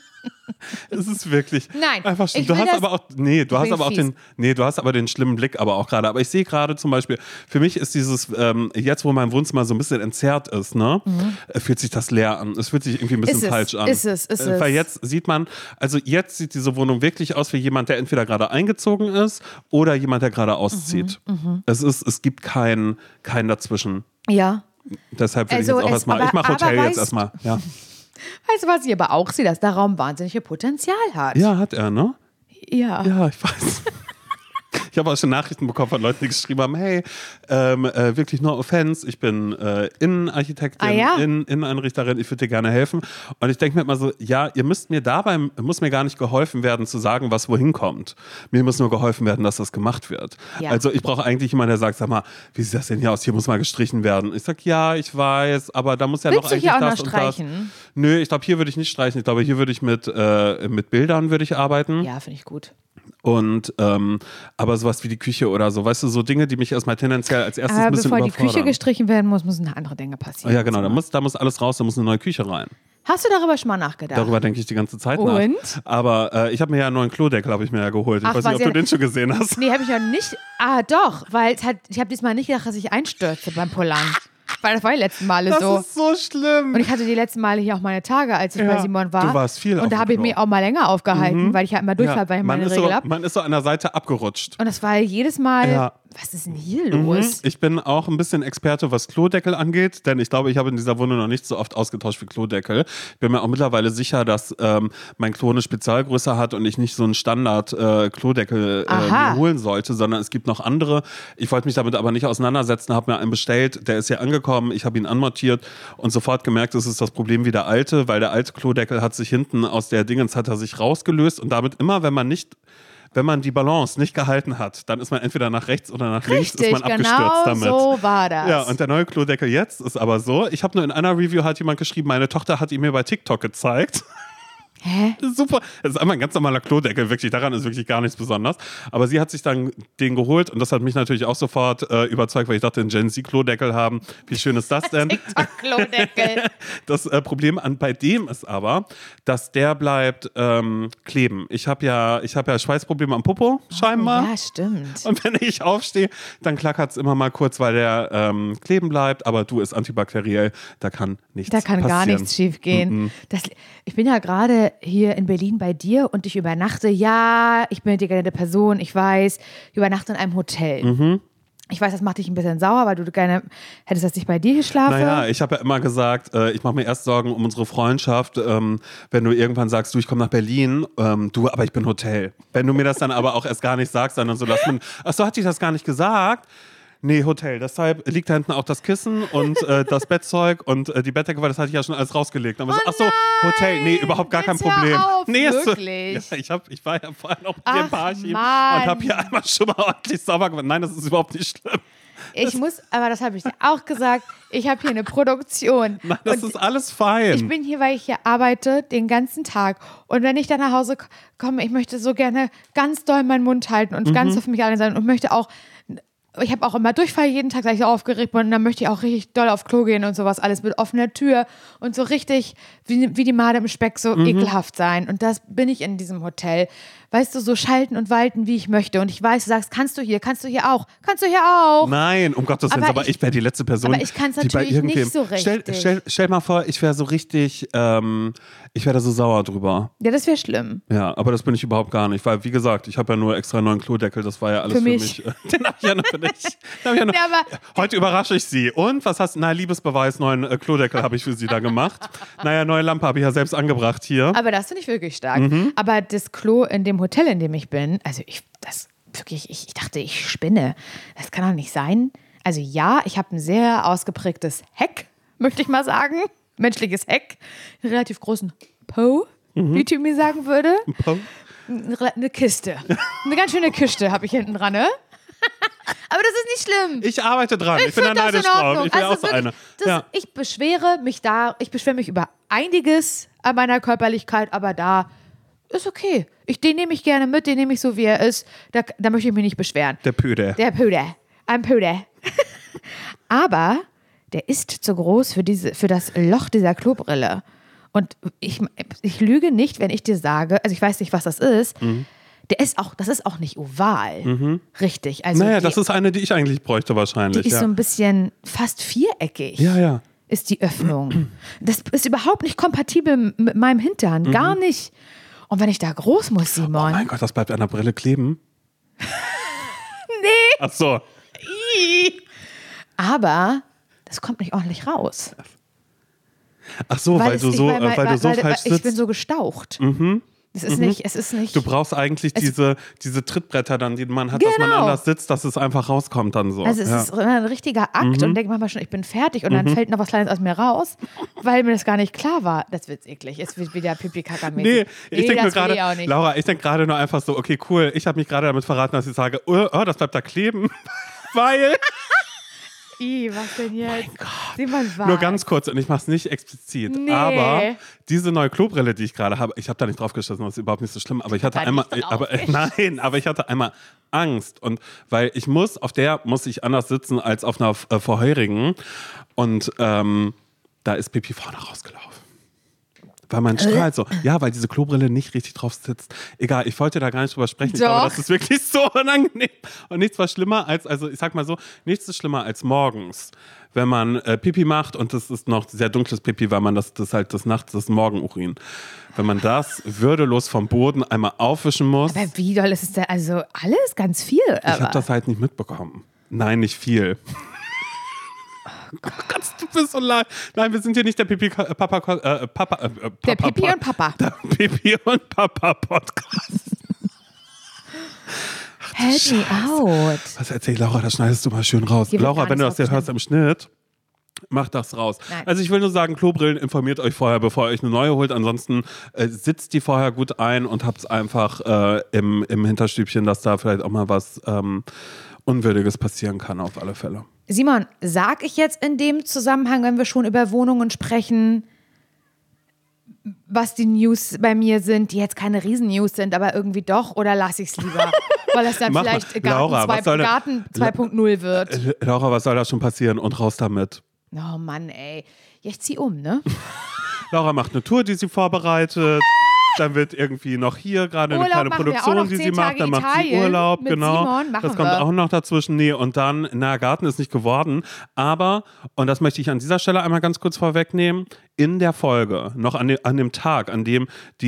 Es ist wirklich Nein, einfach schlimm. ich Du will hast das- aber auch, nee, du ich hast bin aber auch fies. den, nee, du hast aber den schlimmen Blick aber auch gerade. Aber ich sehe gerade zum Beispiel, für mich ist dieses, ähm, jetzt wo mein Wohnzimmer so ein bisschen entzerrt ist, ne, äh, fühlt sich das leer an. Es fühlt sich irgendwie ein bisschen Ist es, falsch an. ist es, ist äh, Weil es. jetzt sieht man, also jetzt sieht diese Wohnung wirklich aus wie jemand, der entweder gerade eingezogen ist oder jemand, der gerade auszieht. Mhm, Es ist, es gibt kein, kein dazwischen. Ja. Deshalb will Also ich jetzt auch es- erstmal, aber- ich mache aber Hotel jetzt weißt- erstmal, ja. Weißt du, was ich aber auch sehe, dass der Raum wahnsinnige Potenzial hat. Ja, hat er, ne? Ja. Ja, ich weiß. Ich habe auch schon Nachrichten bekommen von Leuten, die geschrieben haben, hey, ähm, äh, wirklich no offense, ich bin äh, Innenarchitektin, Ah, ja? Innen- Inneneinrichterin, ich würde dir gerne helfen. Und ich denke mir immer so, ja, ihr müsst mir dabei, muss mir gar nicht geholfen werden zu sagen, was wohin kommt. Mir muss nur geholfen werden, dass das gemacht wird. Ja. Also ich brauche eigentlich jemanden, der sagt, sag mal, wie sieht das denn hier aus? Hier muss mal gestrichen werden. Ich sag, ja, ich weiß, aber da muss ja Willst noch du eigentlich hier auch das noch und das. streichen? Nö, ich glaube, hier würde ich nicht streichen. Ich glaube, hier würde ich mit, äh, mit Bildern würde ich arbeiten. Ja, finde ich gut. Und ähm, aber sowas wie die Küche oder so, weißt du, so Dinge, die mich erstmal tendenziell als erstes Aber ein bisschen bevor die überfordern. Küche gestrichen werden muss, müssen andere Dinge Oh passieren. ja, genau, da muss, da muss alles raus, da muss eine neue Küche rein. Hast du darüber schon mal nachgedacht? Darüber denke ich die ganze Zeit Und? nach. Aber äh, ich habe mir ja einen neuen Klodeckel, habe ich mir ja geholt. Ich Ach, weiß was nicht, ob ja- du den schon gesehen hast. Nee, habe ich ja nicht. Ah, doch, weil es hat, ich habe diesmal nicht gedacht, dass ich einstürze beim Pullern. Weil das war die letzten Male Das so. ist so schlimm. Und ich hatte die letzten Male hier auch meine Tage, als ich Ja, bei Simon war. du warst viel auf Und da dem habe ich Klo. mich auch mal länger aufgehalten, weil ich halt immer Durchfall, weil ich man, meine ist Regel so, habe. man ist so an der Seite abgerutscht. Und das war jedes Mal, Ja. was ist denn hier los? Ich bin auch ein bisschen Experte, was Klodeckel angeht, denn ich glaube, ich habe in dieser Wohnung noch nicht so oft ausgetauscht wie Klodeckel. Ich bin mir auch mittlerweile sicher, dass ähm, mein Klo eine Spezialgröße hat und ich nicht so einen Standard-Klodeckel äh, Aha. mir holen sollte, sondern es gibt noch andere. Ich wollte mich damit aber nicht auseinandersetzen, habe mir einen bestellt, der ist hier angekommen, ich habe ihn anmontiert und sofort gemerkt, es ist das Problem wie der alte, weil der alte Klodeckel hat sich hinten aus der Dingens, hat er sich rausgelöst und damit immer, wenn man nicht wenn man die Balance nicht gehalten hat, dann ist man entweder nach rechts oder nach links, Richtig, ist man abgestürzt genau damit. so war das. Ja, und der neue Klodeckel jetzt ist aber so, ich habe nur in einer Review hat jemand geschrieben, meine Tochter hat ihn mir bei TikTok gezeigt. Hä? Das ist super. Das ist einfach ein ganz normaler Klodeckel, wirklich. Daran ist wirklich gar nichts Besonderes. Aber sie hat sich dann den geholt und das hat mich natürlich auch sofort äh, überzeugt, weil ich dachte, einen Gen Z-Klodeckel haben. Wie schön ist das denn? TikTok-Klodeckel. Das äh, Problem an bei dem ist aber, dass der bleibt ähm, kleben. Ich habe ja, ich hab ja Schweißprobleme am Popo, scheinbar. Ja, stimmt. Und wenn ich aufstehe, dann klackert es immer mal kurz, weil der ähm, kleben bleibt. Aber du, ist antibakteriell, da kann nichts Da kann passieren. gar nichts schief gehen. Das, ich bin ja gerade hier in Berlin bei dir und ich übernachte. Ja, ich bin eine dekadente Person, ich weiß, ich übernachte in einem Hotel. Mhm. Ich weiß, das macht dich ein bisschen sauer, weil du gerne hättest, dass ich bei dir hier schlafe. Naja, ich habe ja immer gesagt, äh, ich mache mir erst Sorgen um unsere Freundschaft, ähm, wenn du irgendwann sagst, du, ich komme nach Berlin, ähm, du, aber ich bin Hotel. Wenn du mir das dann aber auch erst gar nicht sagst, sondern so, lass mir, ach so, hat dich das gar nicht gesagt? Nee, Hotel. Deshalb liegt da hinten auch das Kissen und äh, das Bettzeug und äh, die Bettdecke, weil das hatte ich ja schon alles rausgelegt. Aber Oh so, ach so, Hotel. Nee, überhaupt gar kein jetzt hör Problem. auf, nee, wirklich? Ist so, ja, ich, hab, ich war ja vorher noch mit Ach, dir im Parchim und Mann. habe hier einmal schon mal ordentlich sauber gemacht. Nein, das ist überhaupt nicht schlimm. Ich muss, aber das habe ich dir auch gesagt, ich habe hier eine Produktion. Nein, das und ist alles fein. ich bin hier, weil ich hier arbeite, den ganzen Tag. Und wenn ich dann nach Hause komme, ich möchte so gerne ganz doll meinen Mund halten und mhm. ganz auf mich allein sein und möchte auch, ich habe auch immer Durchfall jeden Tag, weil ich so aufgeregt bin und dann möchte ich auch richtig doll auf Klo gehen und sowas, alles mit offener Tür und so richtig wie, wie die Made im Speck so mhm. ekelhaft sein. Und das bin ich in diesem Hotel. Weißt du, so schalten und walten, wie ich möchte. Und ich weiß, du sagst, kannst du hier, kannst du hier auch, kannst du hier auch. Nein, um Gottes Willen, aber, aber ich, ich wäre die letzte Person, aber ich kann's die bei natürlich irgendwem... nicht so richtig. Stell, stell, stell mal vor, ich wäre so richtig, ähm, ich wäre da so sauer drüber. Ja, das wäre schlimm. Ja, aber das bin ich überhaupt gar nicht, weil, wie gesagt, ich habe ja nur extra einen neuen Klodeckel, das war ja alles für für mich. mich. Den habe ich ja nur für dich. Hab ich ja nur. Ja, aber heute überrasche ich Sie. Und, was hast du? Na, Liebesbeweis, neuen äh, Klodeckel habe ich für Sie da gemacht. Naja, neue Lampe habe ich ja selbst angebracht hier. Aber das finde ich wirklich stark. Mhm. Aber das Klo in dem Hotel, in dem ich bin, also ich, das wirklich, ich, ich dachte, ich spinne. Das kann doch nicht sein. Also ja, ich habe ein sehr ausgeprägtes Heck, möchte ich mal sagen. Menschliches Heck. Einen relativ großen Po, mhm. wie Timi sagen würde. Po. Eine Kiste. Eine ganz schöne Kiste habe ich hinten dran, ne? Aber das ist nicht schlimm. Ich arbeite dran. Ich, ich bin da neidisch drauf. Ich will also auch so wirklich, eine. Das, ja. Ich beschwere mich da, ich beschwere mich über einiges an meiner Körperlichkeit, aber da ist okay. Ich, den nehme ich gerne mit, den nehme ich so, wie er ist. Da, da möchte ich mich nicht beschweren. Der Pöder. Der Pöder. Ein Pöder. Aber der ist zu groß für, diese, für das Loch dieser Klobrille. Und ich, ich lüge nicht, wenn ich dir sage, also ich weiß nicht, was das ist, mhm. der ist auch, das ist auch nicht oval. Mhm. Richtig. Also naja, die, das ist eine, die ich eigentlich bräuchte wahrscheinlich. Die ist ja. so ein bisschen fast viereckig. Ja, ja. Ist die Öffnung. Das ist überhaupt nicht kompatibel mit meinem Hintern. Mhm. Gar nicht. Und wenn ich da groß muss, Simon. Oh mein Gott, das bleibt an der Brille kleben. Nee. Ach so. Aber das kommt nicht ordentlich raus. Ach so, weil, weil du so, weil, weil, weil du so weil, falsch weil, sitzt. Ich bin so gestaucht. Mhm. Es ist, mhm. nicht, es ist nicht. Du brauchst eigentlich diese, diese Trittbretter dann, die man hat, genau. dass man anders sitzt, dass es einfach rauskommt dann so. Also es ja. ist ein richtiger Akt mhm. und denke manchmal schon, ich bin fertig und mhm. dann fällt noch was Kleines aus mir raus, weil mir das gar nicht klar war. Das wird eklig. Es wird wieder Pipi-Kaka-mäßig. Nee, ich nee, denke mir gerade, Laura, ich denke gerade nur einfach so, okay, cool, ich habe mich gerade damit verraten, dass ich sage, oh, oh das bleibt da kleben, weil... I, was denn jetzt? Mein Gott. Simon, was? Nur ganz kurz, und ich mache es nicht explizit, nee. aber diese neue Klobrille, die ich gerade habe, ich habe da nicht drauf geschossen, das ist überhaupt nicht so schlimm, aber ich hatte einmal, aber, äh, nein, aber ich hatte einmal Angst und weil ich muss, auf der muss ich anders sitzen als auf einer äh, vorherigen und ähm, da ist Pipi vorne rausgelaufen. Weil man strahlt so. Ja, weil diese Klobrille nicht richtig drauf sitzt. Egal, ich wollte da gar nicht drüber sprechen. Ich glaube, das ist wirklich so unangenehm. Und nichts war schlimmer als, also ich sag mal so, nichts ist schlimmer als morgens, wenn man äh, Pipi macht und das ist noch sehr dunkles Pipi, weil man das, das halt das Nachts, das Morgenurin. Wenn man das würdelos vom Boden einmal aufwischen muss. Aber wie doll ist es denn? Also alles ganz viel. Aber. Ich habe das halt nicht mitbekommen. Nein, nicht viel. Oh Gott, du bist so leid. Nein, wir sind hier nicht der Pipi Papa äh, Papa, äh, Papa Der Pipi und Papa. Der Pipi und Papa Podcast. Help me out. Was erzähl ich, Laura? Das schneidest du mal schön raus. Hier Laura, wenn du das hier hörst im Schnitt, mach das raus. Nein. Also ich will nur sagen, Klobrillen, informiert euch vorher, bevor ihr euch eine neue holt. Ansonsten äh, sitzt die vorher gut ein und habt es einfach äh, im, im Hinterstübchen, dass da vielleicht auch mal was ähm, Unwürdiges passieren kann, auf alle Fälle. Simon, sag ich jetzt in dem Zusammenhang, wenn wir schon über Wohnungen sprechen, was die News bei mir sind, die jetzt keine Riesen-News sind, aber irgendwie doch, oder lasse ich es lieber? Weil es dann vielleicht Garten, Laura, zwei, Garten zwei Punkt null wird. Laura, was soll da schon passieren? Und raus damit. Oh Mann, ey. Ja, ich zieh um, ne? Laura macht eine Tour, die sie vorbereitet. Dann wird irgendwie noch hier gerade eine kleine Produktion, die sie macht. Dann macht sie Urlaub, genau. Das kommt auch noch dazwischen. Nee, und dann, na, Garten ist nicht geworden. Aber, und das möchte ich an dieser Stelle einmal ganz kurz vorwegnehmen, in der Folge, noch an, de, an dem Tag, an dem die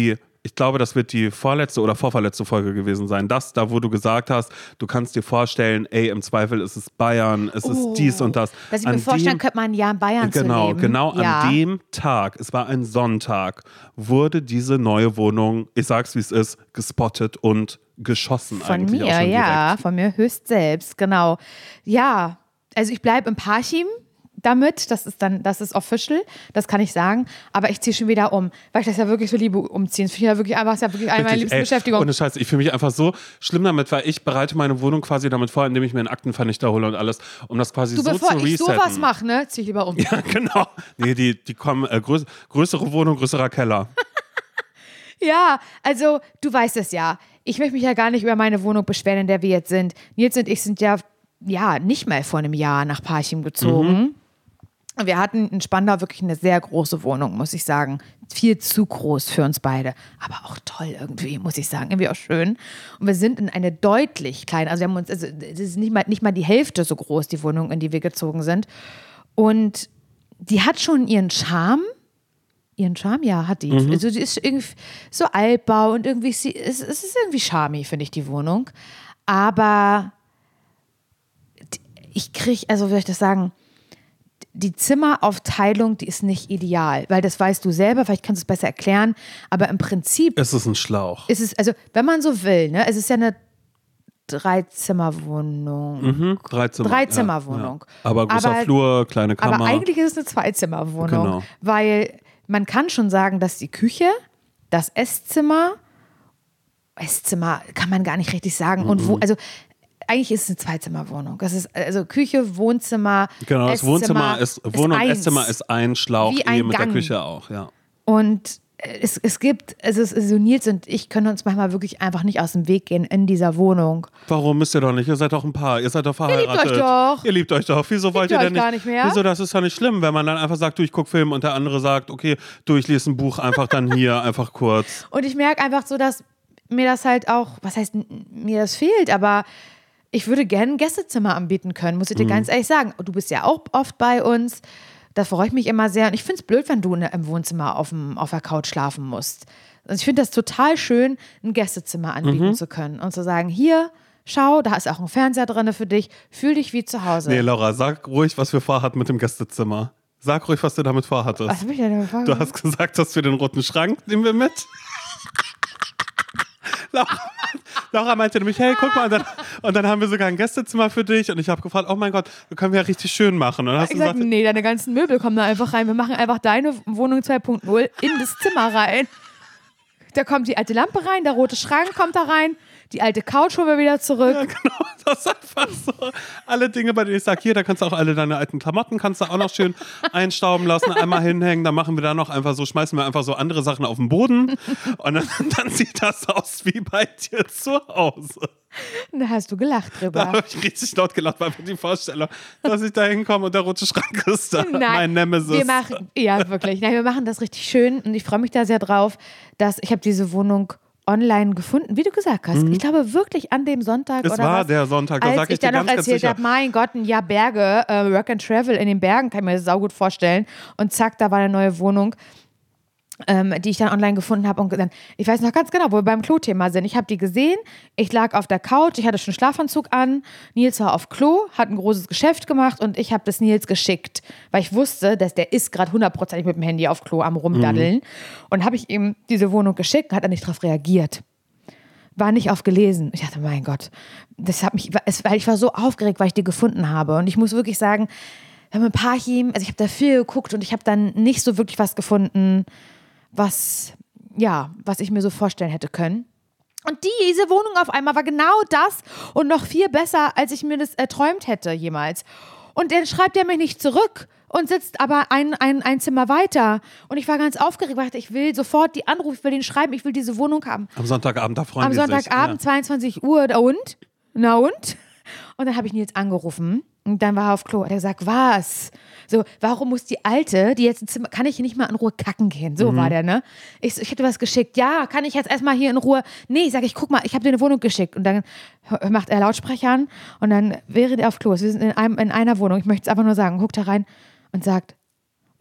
ich glaube, das wird die vorletzte oder vorverletzte Folge gewesen sein. Das, da wo du gesagt hast, du kannst dir vorstellen, ey, im Zweifel ist es Bayern, es Oh, ist dies und das. Dass ich An mir vorstellen dem, könnte, mal ein Jahr in Bayern genau, zu leben. Genau, ja. an dem Tag, es war ein Sonntag, wurde diese neue Wohnung, ich sag's wie es ist, gespottet und geschossen Von eigentlich mir, auch schon ja, direkt. von mir höchst selbst, genau. Ja, also ich bleibe im Parchim damit, das ist dann, das ist official, das kann ich sagen, aber ich ziehe schon wieder um, weil ich das ja wirklich so liebe, umziehen. Das finde ich ja wirklich einfach, das ist ja wirklich eine meiner liebsten Beschäftigungen. Ohne Scheiße, ich fühle mich einfach so schlimm damit, weil ich bereite meine Wohnung quasi damit vor, indem ich mir einen Aktenvernichter hole und alles, um das quasi Du, so bevor zu resetten. ich sowas mache, ne, zieh ich lieber um. Ja, genau. Nee, die, die kommen, äh, größ, größere Wohnung, größerer Keller. Ja, also du weißt es ja. Ich möchte mich ja gar nicht über meine Wohnung beschweren, in der wir jetzt sind. Nils und ich sind ja, ja nicht mal vor einem Jahr nach Parchim gezogen. Mhm. Wir hatten in Spandau wirklich eine sehr große Wohnung, muss ich sagen. Viel zu groß für uns beide. Aber auch toll irgendwie, muss ich sagen. Irgendwie auch schön. Und wir sind in eine deutlich kleine, also wir haben uns, also es ist nicht mal, nicht mal die Hälfte so groß, die Wohnung, in die wir gezogen sind. Und die hat schon ihren Charme. Ihren Charme, ja, hat die. Mhm. Also die ist irgendwie so Altbau und irgendwie, es ist irgendwie charmig, finde ich, die Wohnung. Aber ich kriege, also wie soll ich das sagen, die Zimmeraufteilung, die ist nicht ideal, weil das weißt du selber, vielleicht kannst du es besser erklären, aber im Prinzip es ist ein Schlauch. Ist es, also wenn man so will, ne, es ist ja eine Dreizimmerwohnung. Mhm, Dreizimmer, Dreizimmerwohnung. Ja, ja. Aber großer aber, Flur, kleine Kammer. Aber eigentlich ist es eine Zweizimmerwohnung, genau. Weil man kann schon sagen, dass die Küche, das Esszimmer, Esszimmer kann man gar nicht richtig sagen, mhm. und wo, also eigentlich ist es eine Zweizimmerwohnung. Das ist also Küche, Wohnzimmer, genau, das Esszimmer Wohnzimmer ist, Wohn- und eins. Esszimmer ist ein Schlauch, Wie ein eh mit Gang. der Küche auch, ja. Und es, es gibt, also es ist so, Nils und ich können uns manchmal wirklich einfach nicht aus dem Weg gehen in dieser Wohnung. Warum müsst ihr doch nicht? Ihr seid doch ein Paar, ihr seid doch verheiratet. Ihr liebt euch doch. Ihr liebt euch doch. Wieso wollt ihr denn nicht? Gar nicht mehr? Wieso, das ist ja nicht schlimm, wenn man dann einfach sagt, du, ich gucke Film und der andere sagt, okay, du, ich lese ein Buch einfach dann hier, einfach kurz. Und ich merke einfach so, dass mir das halt auch, was heißt, mir das fehlt, aber ich würde gerne ein Gästezimmer anbieten können, muss ich dir mhm. ganz ehrlich sagen. Du bist ja auch oft bei uns. Da freue ich mich immer sehr. Und ich finde es blöd, wenn du im Wohnzimmer auf, dem, auf der Couch schlafen musst. Also ich finde das total schön, ein Gästezimmer anbieten mhm. zu können und zu sagen, hier, schau, da ist auch ein Fernseher drin für dich. Fühl dich wie zu Hause. Nee, Laura, sag ruhig, was wir vorhatten mit dem Gästezimmer. Sag ruhig, was du damit vorhattest. Was hab ich denn damit vorgehabt? Du hast gesagt, dass wir den roten Schrank nehmen wir mit. Laura, Laura meinte nämlich, hey, guck mal, und dann, und dann haben wir sogar ein Gästezimmer für dich. Und ich habe gefragt, oh mein Gott, das können wir ja richtig schön machen. Und dann hast ich du gesagt, gesagt, nee, deine ganzen Möbel kommen da einfach rein. Wir machen einfach deine Wohnung zwei Punkt null in das Zimmer rein. Da kommt die alte Lampe rein, der rote Schrank kommt da rein, die alte Couch holen wir wieder zurück. Ja, genau, das ist einfach so. Alle Dinge, bei denen ich sage, hier, da kannst du auch alle deine alten Klamotten, kannst du auch noch schön einstauben lassen, einmal hinhängen, dann machen wir da noch einfach so, schmeißen wir einfach so andere Sachen auf den Boden und dann, dann sieht das aus wie bei dir zu Hause. Da hast du gelacht drüber. Da habe ich richtig laut gelacht, weil die Vorstellung, dass ich da hinkomme und der rote Schrank ist da, Nein, mein Nemesis. Wir machen, ja, wirklich. Nein, wir machen das richtig schön und ich freue mich da sehr drauf, dass ich habe diese Wohnung online gefunden, wie du gesagt hast. Mhm. Ich glaube wirklich an dem Sonntag es oder war was, der Sonntag, da als sag ich, ich dir dann noch ganz, ganz erzählt sicher. habe, mein Gott, ein Jahr Berge, äh, Work and Travel in den Bergen, kann ich mir das saugut vorstellen. Und zack, da war eine neue Wohnung. Ähm, die ich dann online gefunden habe und dann, ich weiß noch ganz genau, wo wir beim Klo-Thema sind. Ich habe die gesehen, ich lag auf der Couch, ich hatte schon Schlafanzug an, Nils war auf Klo, hat ein großes Geschäft gemacht und ich habe das Nils geschickt, weil ich wusste, dass der ist gerade hundertprozentig mit dem Handy auf Klo am Rumdaddeln. Mhm. Und habe ich ihm diese Wohnung geschickt und hat er nicht darauf reagiert. War nicht auf gelesen. Ich dachte, mein Gott, das hat mich, weil ich war so aufgeregt, weil ich die gefunden habe. Und ich muss wirklich sagen, wir haben ein Parchim, also ich habe da viel geguckt und ich habe dann nicht so wirklich was gefunden, was, ja, was ich mir so vorstellen hätte können. Und diese Wohnung auf einmal war genau das und noch viel besser, als ich mir das erträumt hätte jemals. Und dann schreibt er mich nicht zurück und sitzt aber ein, ein, ein Zimmer weiter. Und ich war ganz aufgeregt, weil ich dachte, ich will sofort die anrufen, ich will den schreiben, ich will diese Wohnung haben. Am Sonntagabend, da freuen Am die sich. Am Sonntagabend, ja. zweiundzwanzig Uhr, na und? Na und? Und dann habe ich Nils angerufen und dann war er auf Klo. Er hat gesagt, was? So, warum muss die Alte, die jetzt ein Zimmer, kann ich hier nicht mal in Ruhe kacken gehen? So mhm. war der, ne? Ich, ich hätte was geschickt. Ja, kann ich jetzt erstmal hier in Ruhe? Nee, sag ich, guck mal, ich habe dir eine Wohnung geschickt. Und dann macht er Lautsprecher an und dann wäre der auf Klo. Wir sind in, einem, in einer Wohnung, ich möchte es einfach nur sagen, guckt da rein und sagt,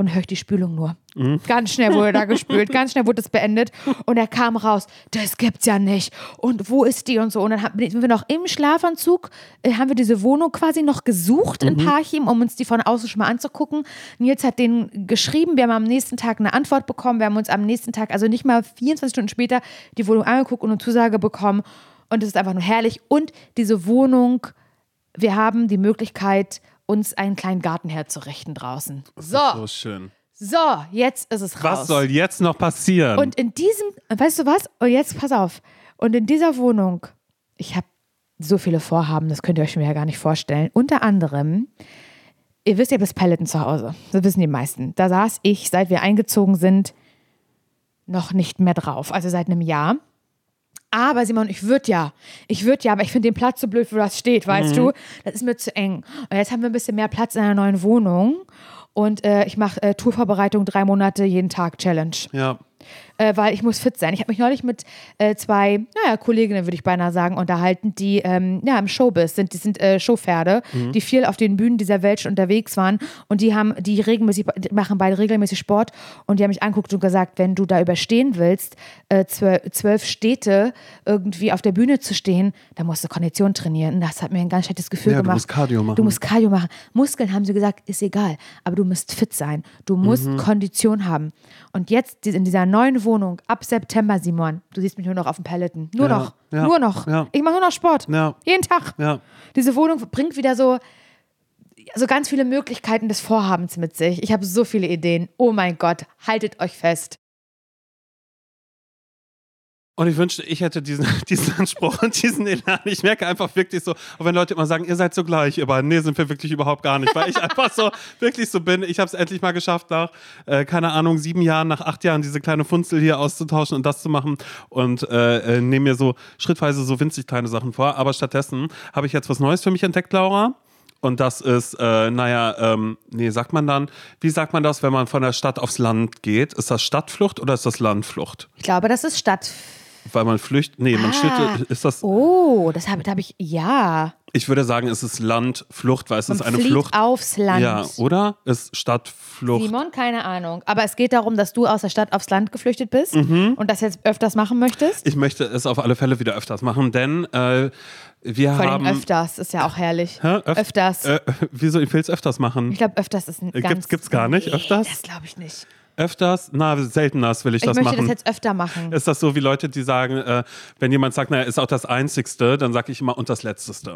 und höre ich die Spülung nur. Mhm. Ganz schnell wurde da gespült, ganz schnell wurde es beendet und er kam raus, das gibt's ja nicht und wo ist die und so und dann haben wir noch im Schlafanzug, äh, haben wir diese Wohnung quasi noch gesucht in mhm. Parchim, um uns die von außen schon mal anzugucken. Nils hat denen geschrieben, wir haben am nächsten Tag eine Antwort bekommen, wir haben uns am nächsten Tag, also nicht mal vierundzwanzig Stunden später, die Wohnung angeguckt und eine Zusage bekommen und es ist einfach nur herrlich und diese Wohnung, wir haben die Möglichkeit, uns einen kleinen Garten herzurichten draußen. Das so. ist so schön. So, jetzt ist es raus. Was soll jetzt noch passieren? Und in diesem, weißt du was? Und jetzt pass auf. Und in dieser Wohnung, ich habe so viele Vorhaben, das könnt ihr euch schon wieder gar nicht vorstellen. Unter anderem, ihr wisst, ihr habt das Peloton zu Hause. Das wissen die meisten. Da saß ich, seit wir eingezogen sind, noch nicht mehr drauf. Also seit einem Jahr. Aber Simon, ich würde ja, ich würde ja, aber ich finde den Platz so blöd, wo das steht, weißt mhm. du? Das ist mir zu eng. Und jetzt haben wir ein bisschen mehr Platz in einer neuen Wohnung. Und äh, ich mache äh, Tourvorbereitung drei Monate jeden Tag Challenge. Ja. Äh, weil ich muss fit sein. Ich habe mich neulich mit äh, zwei, naja, Kolleginnen, würde ich beinahe sagen, unterhalten, die ähm, ja, im Showbiz sind. Die sind äh, Showpferde, mhm. die viel auf den Bühnen dieser Welt schon unterwegs waren. Und die haben, die regelmäßig, die machen beide regelmäßig Sport. Und die haben mich angeguckt und gesagt, wenn du da überstehen willst, äh, zwölf, zwölf Städte irgendwie auf der Bühne zu stehen, dann musst du Kondition trainieren. Und das hat mir ein ganz schlechtes Gefühl ja, gemacht. Du musst Cardio machen. Du musst Cardio machen. Muskeln, haben sie gesagt, ist egal. Aber du musst fit sein. Du musst mhm. Kondition haben. Und jetzt in dieser neuen Wohnung, ab September, Simon, du siehst mich nur noch auf dem Peloton. Nur ja, noch. Ja, nur noch. Ja. Ich mache nur noch Sport. Ja. Jeden Tag. Ja. Diese Wohnung bringt wieder so, so ganz viele Möglichkeiten des Vorhabens mit sich. Ich habe so viele Ideen. Oh mein Gott, haltet euch fest. Und ich wünschte, ich hätte diesen, diesen Anspruch und diesen Elan. Ich merke einfach wirklich so, auch wenn Leute immer sagen, ihr seid so gleich, aber nee, sind wir wirklich überhaupt gar nicht, weil ich einfach so, wirklich so bin. Ich habe es endlich mal geschafft, nach, äh, keine Ahnung, sieben Jahren, nach acht Jahren diese kleine Funzel hier auszutauschen und das zu machen und äh, nehme mir so schrittweise so winzig kleine Sachen vor. Aber stattdessen habe ich jetzt was Neues für mich entdeckt, Laura. Und das ist, äh, naja, ähm, nee, sagt man dann, wie sagt man das, wenn man von der Stadt aufs Land geht? Ist das Stadtflucht oder ist das Landflucht? Ich glaube, das ist Stadtflucht. Weil man flüchtet, nee, man ah. flüchtet, ist das... Oh, das habe hab ich, ja. Ich würde sagen, es ist Landflucht, weil es man ist eine flieht Flucht. aufs Land. Ja, oder? Ist Stadtflucht. Simon, keine Ahnung. Aber es geht darum, dass du aus der Stadt aufs Land geflüchtet bist mhm. und das jetzt öfters machen möchtest? Ich möchte es auf alle Fälle wieder öfters machen, denn äh, wir Vor haben... allem öfters, ist ja auch herrlich. Hä? Öf öfters. Äh, wieso, ich will es öfters machen? Ich glaube, öfters ist ein äh, ganz... Gibt's, gibt's gar nicht, nee, öfters? Das glaube ich nicht. Öfters? Na, seltener will ich, ich das machen. Ich machen. möchte das jetzt öfter machen. Ist das so wie Leute, die sagen, äh, wenn jemand sagt, naja, ist auch das Einzigste, dann sage ich immer und das Letzteste.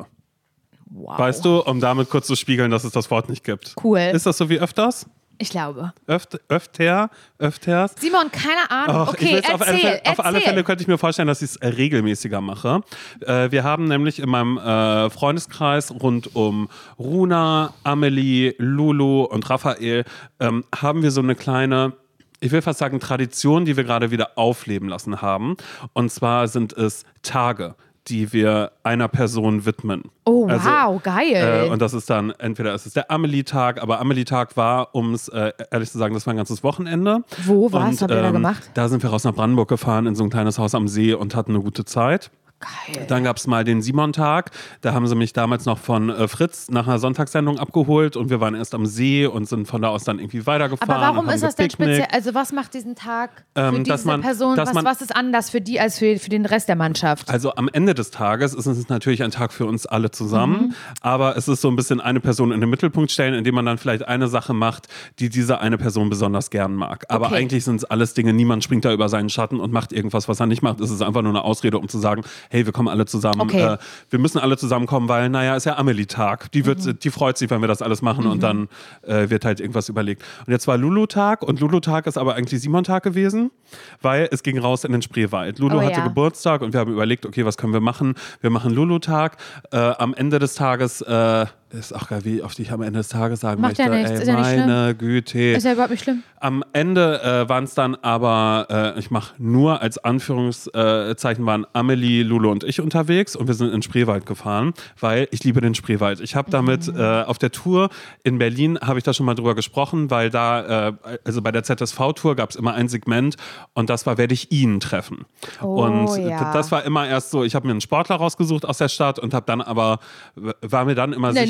Wow. Weißt du, um damit kurz zu spiegeln, dass es das Wort nicht gibt. Cool. Ist das so wie öfters? Ich glaube. Öft, öfter, öfters. Simon, keine Ahnung. Och, okay, erzähl, auf, alle Fälle, erzähl. auf alle Fälle könnte ich mir vorstellen, dass ich es äh, regelmäßiger mache. Äh, wir haben nämlich in meinem äh, Freundeskreis rund um Runa, Amelie, Lulu und Raphael ähm, haben wir so eine kleine, ich will fast sagen, Tradition, die wir gerade wieder aufleben lassen haben. Und zwar sind es Tage, die wir einer Person widmen. Oh, also, wow, geil. Äh, und das ist dann, entweder ist es der Amelie-Tag, aber Amelie-Tag war, um es äh, ehrlich zu sagen, das war ein ganzes Wochenende. Wo, was und, habt ihr da ähm, gemacht? Da sind wir raus nach Brandenburg gefahren, in so ein kleines Haus am See und hatten eine gute Zeit. Geil. Dann gab es mal den Simon-Tag. Da haben sie mich damals noch von äh, Fritz nach einer Sonntagssendung abgeholt und wir waren erst am See und sind von da aus dann irgendwie weitergefahren. Aber warum ist das denn speziell? Also was macht diesen Tag für ähm, diese man, Person? Was, man, was ist anders für die als für, für den Rest der Mannschaft? Also am Ende des Tages ist es natürlich ein Tag für uns alle zusammen, mhm. aber es ist so ein bisschen eine Person in den Mittelpunkt stellen, indem man dann vielleicht eine Sache macht, die diese eine Person besonders gern mag. Aber okay. eigentlich sind es alles Dinge, niemand springt da über seinen Schatten und macht irgendwas, was er nicht macht. Es ist einfach nur eine Ausrede, um zu sagen, hey, wir kommen alle zusammen. Okay. Äh, wir müssen alle zusammenkommen, weil, naja, ist ja Amelie-Tag. Die, wird, mhm. die freut sich, wenn wir das alles machen mhm. und dann äh, wird halt irgendwas überlegt. Und jetzt war Lulu-Tag und Lulu-Tag ist aber eigentlich Simon-Tag gewesen, weil es ging raus in den Spreewald. Lulu oh, hatte ja. Geburtstag und wir haben überlegt, okay, was können wir machen? Wir machen Lulu-Tag. Äh, am Ende des Tages äh, ist auch geil, wie oft ich am Ende des Tages sagen Macht möchte, ja nichts. ey, ist ja nicht meine schlimm. Güte. Ist ja überhaupt nicht schlimm. Am Ende äh, waren es dann aber, äh, ich mache nur als Anführungszeichen, waren Amelie, Lulu und ich unterwegs und wir sind in den Spreewald gefahren, weil ich liebe den Spreewald. Ich habe damit mhm. äh, auf der Tour in Berlin, habe ich da schon mal drüber gesprochen, weil da, äh, also bei der Z S V-Tour gab es immer ein Segment und das war, werde ich ihn treffen. Oh, und ja. das war immer erst so, ich habe mir einen Sportler rausgesucht aus der Stadt und habe dann aber, war mir dann immer sicher,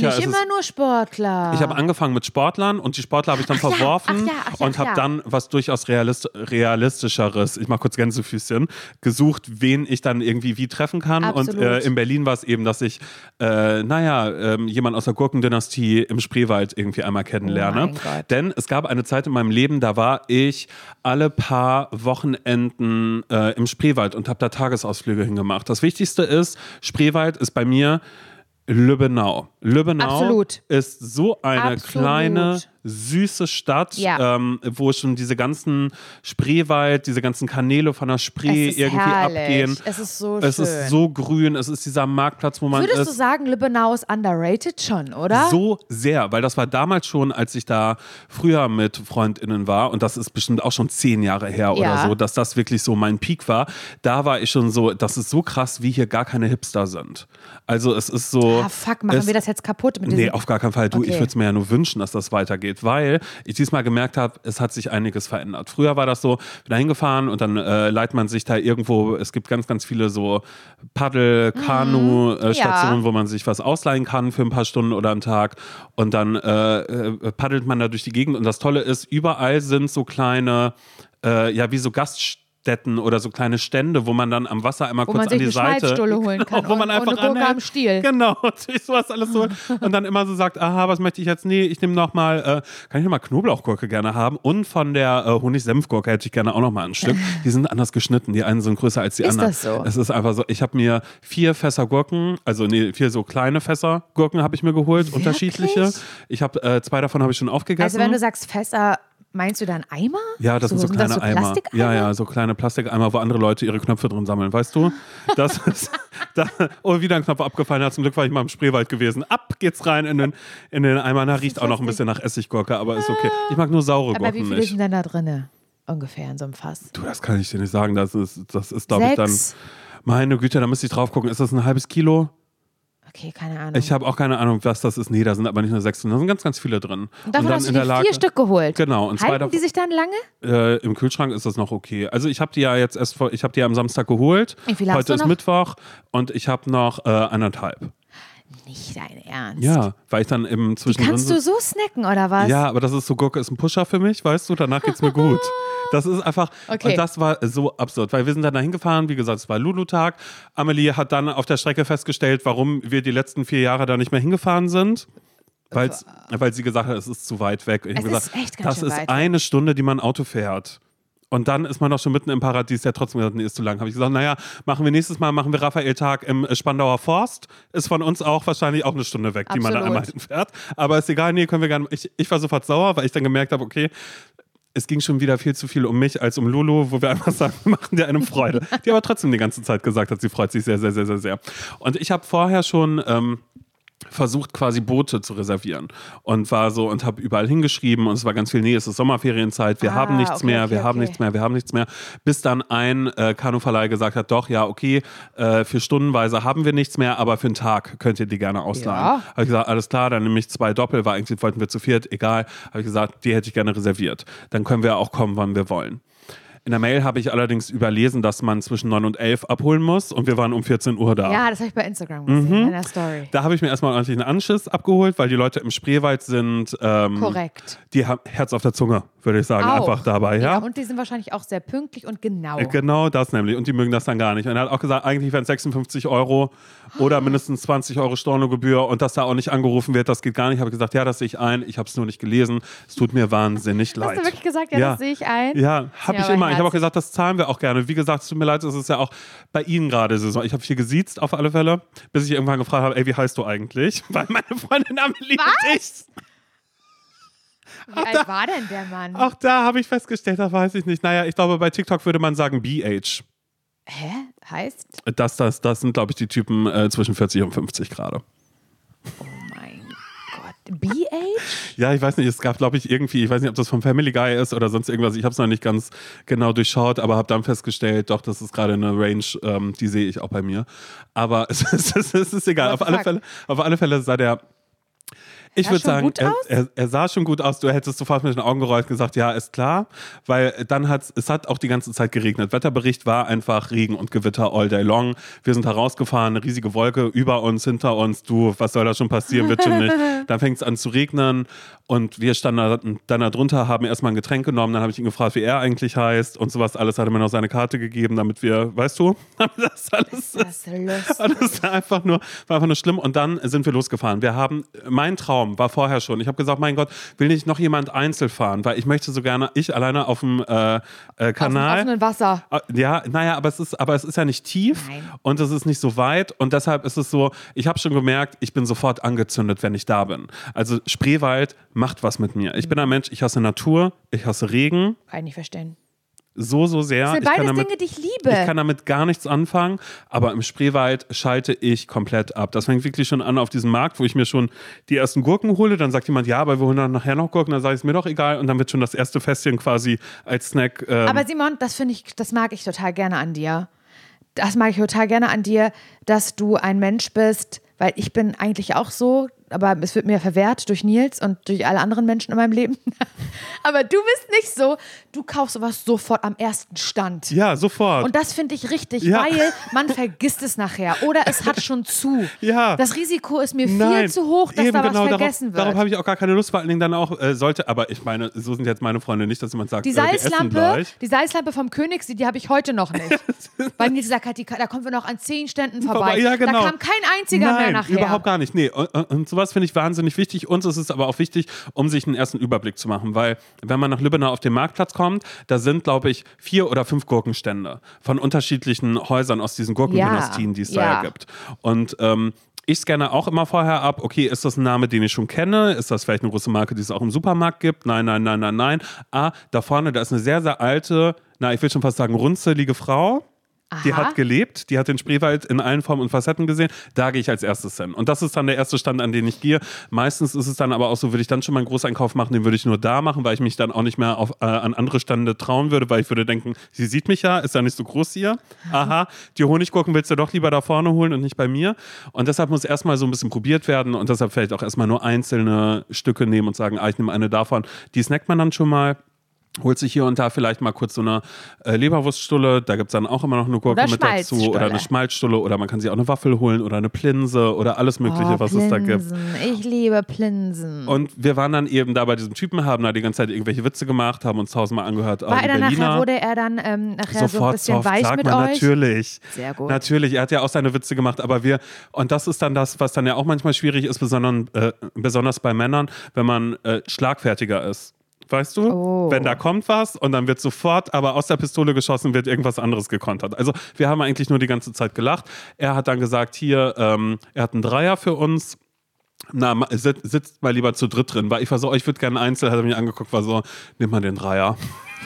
sicher. Nicht immer nur Sportler. Ich habe angefangen mit Sportlern und die Sportler habe ich dann ach verworfen ja, ach ja, ach ja, und habe ja. dann was durchaus realist, realistischeres, ich mache kurz Gänsefüßchen, gesucht, wen ich dann irgendwie wie treffen kann. Absolut. Und äh, in Berlin war es eben, dass ich, äh, naja, äh, jemand aus der Gurkendynastie im Spreewald irgendwie einmal kennenlerne. Oh mein Gott. Denn es gab eine Zeit in meinem Leben, da war ich alle paar Wochenenden äh, im Spreewald und habe da Tagesausflüge hingemacht. Das Wichtigste ist, Spreewald ist bei mir Lübbenau. Lübbenau Absolut. ist so eine Absolut. kleine, süße Stadt, Ja. ähm, wo schon diese ganzen Spreewald, diese ganzen Kanäle von der Spree Es ist irgendwie herrlich. abgehen. Es ist so Es schön. ist so grün, es ist dieser Marktplatz, wo man Würdest ist. du sagen, Lübbenau ist underrated schon, oder? So sehr, weil das war damals schon, als ich da früher mit FreundInnen war, und das ist bestimmt auch schon zehn Jahre her oder Ja. so, dass das wirklich so mein Peak war. Da war ich schon so, das ist so krass, wie hier gar keine Hipster sind. Also es ist so. Ah, fuck, machen es, wir das jetzt kaputt mit diesem... Nee, auf gar keinen Fall. Du, Okay. ich würde es mir ja nur wünschen, dass das weitergeht, weil ich diesmal gemerkt habe, es hat sich einiges verändert. Früher war das so, bin da hingefahren und dann äh, leiht man sich da irgendwo, es gibt ganz, ganz viele so Paddel-Kanu-Stationen, Ja. wo man sich was ausleihen kann für ein paar Stunden oder einen Tag und dann äh, äh, paddelt man da durch die Gegend und das Tolle ist, überall sind so kleine, äh, ja wie so Gaststätten oder so kleine Stände, wo man dann am Wasser einmal Wo kurz man sich an die eine Seite, Schmalzstulle holen kann genau, wo man und- einfach und eine Gurke anhält. am Stiel. Genau, und sich sowas alles so und dann immer so sagt, aha, was möchte ich jetzt? Nee, ich nehme noch mal, äh, kann ich noch mal Knoblauchgurke gerne haben und von der äh, Honig-Senf-Gurke hätte ich gerne auch noch mal ein Stück. Die sind anders geschnitten, die einen sind größer als die Ist anderen. das so? Es ist einfach so, ich habe mir vier Fässer Gurken, also nee, vier so kleine Fässer Gurken habe ich mir geholt, Wirklich? unterschiedliche. Ich habe äh, zwei davon habe ich schon aufgegessen. Also wenn du sagst Fässer, meinst du dann Eimer? Ja, das so, sind so kleine das so Eimer. Plastikeimer? Ja, ja, so kleine Plastikeimer, wo andere Leute ihre Knöpfe drin sammeln, weißt du? Das ist, da, oh, wieder ein Knopf abgefallen, ja, zum Glück war ich mal im Spreewald gewesen. Ab geht's rein in den, in den Eimer, na, riecht auch noch ein bisschen nach Essiggurke, aber ist okay. Ich mag nur saure Aber wie Gurken viele nicht. sind denn da drin? Ungefähr in so einem Fass. Du, das kann ich dir nicht sagen, das ist, das ist glaube ich dann, Sechs? meine Güte, da müsste ich drauf gucken, ist das ein halbes Kilo? Okay, keine Ahnung. Ich habe auch keine Ahnung, was das ist. Nee, da sind aber nicht nur sechs drin, da sind ganz, ganz viele drin. und davon dann hast du in dir der Lage, vier Stück geholt. Genau, und zwei Halten davon. die sich dann lange? Äh, Im Kühlschrank ist das noch okay. Also ich habe die ja jetzt erst vor, ich habe die ja am Samstag geholt. Wie viel hast Heute du ist noch? Mittwoch und ich habe noch äh, anderthalb. Nicht dein Ernst. Ja, weil ich dann im Die Zwischendrin. kannst du so snacken, oder was? Ja, aber das ist so, Gurke ist ein Pusher für mich, weißt du, danach geht's mir gut. Das ist einfach, Okay. und das war so absurd, weil wir sind dann da hingefahren, wie gesagt, es war Lulu-Tag. Amelie hat dann auf der Strecke festgestellt, warum wir die letzten vier Jahre da nicht mehr hingefahren sind. Weil's, weil sie gesagt hat, es ist zu weit weg. Ich Es hab gesagt, ist echt ganz das schön ist weit weg. eine Stunde, die man Auto fährt. Und dann ist man doch schon mitten im Paradies, der trotzdem gesagt, nee, ist zu lang. Habe ich gesagt, naja, machen wir nächstes Mal, machen wir Raphael-Tag im äh, Spandauer Forst. Ist von uns auch wahrscheinlich auch eine Stunde weg, die man da Absolut. einmal hinfährt. Aber ist egal, nee, können wir gerne. Ich, ich war sofort sauer, weil ich dann gemerkt habe, okay, es ging schon wieder viel zu viel um mich als um Lulu, wo wir einfach sagen, wir machen dir eine Freude. Die aber trotzdem die ganze Zeit gesagt hat, sie freut sich sehr, sehr, sehr, sehr, sehr. Und ich habe vorher schon ähm, versucht, quasi Boote zu reservieren und war so und habe überall hingeschrieben und es war ganz viel, nee, es ist Sommerferienzeit, wir Ah, haben nichts okay, mehr, okay, wir haben okay. nichts mehr, wir haben nichts mehr, bis dann ein äh, Kanuverleih gesagt hat, doch, ja, okay, äh, für stundenweise haben wir nichts mehr, aber für einen Tag könnt ihr die gerne ausleihen. Ja. Habe ich gesagt, alles klar, dann nehme ich zwei Doppel, weil eigentlich wollten wir zu viert, egal, habe ich gesagt, die hätte ich gerne reserviert. Dann können wir auch kommen, wann wir wollen. In der Mail habe ich allerdings überlesen, dass man zwischen neun und elf abholen muss und wir waren um vierzehn Uhr da. Ja, das habe ich bei Instagram gesehen, Mhm. in der Story. Da habe ich mir erstmal ordentlich einen Anschiss abgeholt, weil die Leute im Spreewald sind, ähm, Korrekt. die haben Herz auf der Zunge, würde ich sagen, Auch. einfach dabei. Ja, Ja, und die sind wahrscheinlich auch sehr pünktlich und genau. Äh, Genau das nämlich. Und die mögen das dann gar nicht. Und er hat auch gesagt, eigentlich wären es sechsundfünfzig Euro oder mindestens zwanzig Euro Stornogebühr und dass da auch nicht angerufen wird, das geht gar nicht. Habe ich gesagt, ja, das sehe ich ein. Ich habe es nur nicht gelesen. Es tut mir wahnsinnig leid. Hast du wirklich gesagt, ja, das sehe ich ein? Ja, habe Ja, ich aber immer. Ich habe auch herzlich. gesagt, das zahlen wir auch gerne. Wie gesagt, es tut mir leid, es ist ja auch bei Ihnen gerade Saison. Ich habe viel gesiezt auf alle Fälle, bis ich irgendwann gefragt habe, ey, wie heißt du eigentlich? Weil meine Freundin Amelie und ich. Wie alt war denn der Mann? Auch da habe ich festgestellt, da weiß ich nicht. Naja, ich glaube, bei TikTok würde man sagen B H. Hä? Heißt? Das, das, das sind, glaube ich, die Typen äh, zwischen vierzig und fünfzig gerade. Oh mein Gott. B H? Ja, ich weiß nicht, es gab, glaube ich, irgendwie, ich weiß nicht, ob das vom Family Guy ist oder sonst irgendwas. Ich habe es noch nicht ganz genau durchschaut, aber habe dann festgestellt, doch, das ist gerade eine Range, ähm, die sehe ich auch bei mir. Aber es ist, es ist, es ist egal. What Auf the alle, fuck? Fälle, auf alle Fälle sah der Ich würde sagen, gut er, aus? er, er sah schon gut aus. Du hättest sofort mit den Augen gerollt und gesagt, ja, ist klar. Weil dann hat es hat auch die ganze Zeit geregnet. Wetterbericht war einfach Regen und Gewitter all day long. Wir sind da rausgefahren, eine riesige Wolke über uns, hinter uns. Du, was soll da schon passieren? Wird schon nicht. Dann fängt es an zu regnen und wir standen dann da drunter, haben erstmal ein Getränk genommen. Dann habe ich ihn gefragt, wie er eigentlich heißt und sowas. Alles hat er mir noch seine Karte gegeben, damit wir, weißt du, das alles das ist alles war einfach nur, war einfach nur schlimm. Und dann sind wir losgefahren. Wir haben, mein Traum war vorher schon, ich habe gesagt, mein Gott, will nicht noch jemand einzeln fahren, weil ich möchte so gerne, ich alleine auf dem äh, äh, Kanal. Auf dem offenen Wasser. Ja, naja, aber es ist, aber es ist ja nicht tief. Nein. Und es ist nicht so weit und deshalb ist es so, ich habe schon gemerkt, ich bin sofort angezündet, wenn ich da bin. Also Spreewald macht was mit mir. Ich bin ein Mensch, ich hasse Natur, ich hasse Regen. Kann ich nicht verstehen. So, so sehr. Das sind ich beides kann damit, Dinge, die ich liebe. Ich kann damit gar nichts anfangen, aber im Spreewald schalte ich komplett ab. Das fängt wirklich schon an auf diesem Markt, wo ich mir schon die ersten Gurken hole. Dann sagt jemand, ja, aber wir holen dann nachher noch Gurken. Dann sage ich, es mir doch egal. Und dann wird schon das erste Fässchen quasi als Snack. Ähm aber Simon, das finde ich, das mag ich total gerne an dir. Das mag ich total gerne an dir, dass du ein Mensch bist, weil ich bin eigentlich auch so, aber es wird mir verwehrt durch Nils und durch alle anderen Menschen in meinem Leben. Aber du bist nicht so, du kaufst sowas sofort am ersten Stand. Ja, sofort. Und das finde ich richtig, Ja. weil man vergisst es nachher oder es hat schon zu. Ja. Das Risiko ist mir Nein, viel zu hoch, dass eben da was genau, vergessen darauf, wird. Darauf habe ich auch gar keine Lust, vor allen Dingen dann auch äh, sollte, aber ich meine, so sind jetzt meine Freunde nicht, dass jemand sagt, Die äh, wir essen Salzlampe, gleich. die Salzlampe vom Königsee, die habe ich heute noch nicht. Weil Nils gesagt hat, die, da kommen wir noch an zehn Ständen vorbei. Vorbei, ja, genau. Da kam kein einziger Nein, mehr nachher. überhaupt gar nicht. Nee, und, und sowas finde ich wahnsinnig wichtig. Uns ist es aber auch wichtig, um sich einen ersten Überblick zu machen, weil wenn man nach Lübbenau auf den Marktplatz kommt, da sind, glaube ich, vier oder fünf Gurkenstände von unterschiedlichen Häusern aus diesen Gurkendynastien, die es da ja. ja gibt. Und ähm, ich scanne auch immer vorher ab, okay, ist das ein Name, den ich schon kenne? Ist das vielleicht eine große Marke, die es auch im Supermarkt gibt? Nein, nein, nein, nein, nein. Ah, da vorne, da ist eine sehr, sehr alte, na, ich will schon fast sagen, runzelige Frau. Die Aha. hat gelebt, die hat den Spreewald in allen Formen und Facetten gesehen. Da gehe ich als erstes hin. Und das ist dann der erste Stand, an den ich gehe. Meistens ist es dann aber auch so, würde ich dann schon mal einen Großeinkauf machen, den würde ich nur da machen, weil ich mich dann auch nicht mehr auf, äh, an andere Stände trauen würde, weil ich würde denken, sie sieht mich ja, ist ja nicht so groß hier. Aha, die Honiggurken willst du doch lieber da vorne holen und nicht bei mir. Und deshalb muss erstmal so ein bisschen probiert werden und deshalb vielleicht auch erstmal nur einzelne Stücke nehmen und sagen, ah, ich nehme eine davon. Die snackt man dann schon mal. Holt sich hier und da vielleicht mal kurz so eine äh, Leberwurststulle, da gibt es dann auch immer noch eine Gurke Oder mit dazu oder eine Schmalzstulle oder man kann sich auch eine Waffel holen oder eine Plinse oder alles mögliche, oh, was Plinsen. es da gibt. Ich liebe Plinsen. Und wir waren dann eben da bei diesem Typen, haben da die ganze Zeit irgendwelche Witze gemacht, haben uns tausendmal angehört. War er dann Berliner. nachher, wurde er dann ähm, nachher Sofort so ein bisschen soft, weich sagt mit man, euch? Natürlich. Sehr gut. Natürlich, er hat ja auch seine Witze gemacht, aber wir, und das ist dann das, was dann ja auch manchmal schwierig ist, besonders, äh, besonders bei Männern, wenn man äh, schlagfertiger ist. Weißt du? Oh. Wenn da kommt was und dann wird sofort, aber aus der Pistole geschossen, wird irgendwas anderes gekontert. Also wir haben eigentlich nur die ganze Zeit gelacht. Er hat dann gesagt, hier, ähm, er hat einen Dreier für uns. Na, sit, sitzt mal lieber zu dritt drin. Weil ich war so, ich würde gerne einzeln, hat er mich angeguckt, war so, nimm mal den Dreier.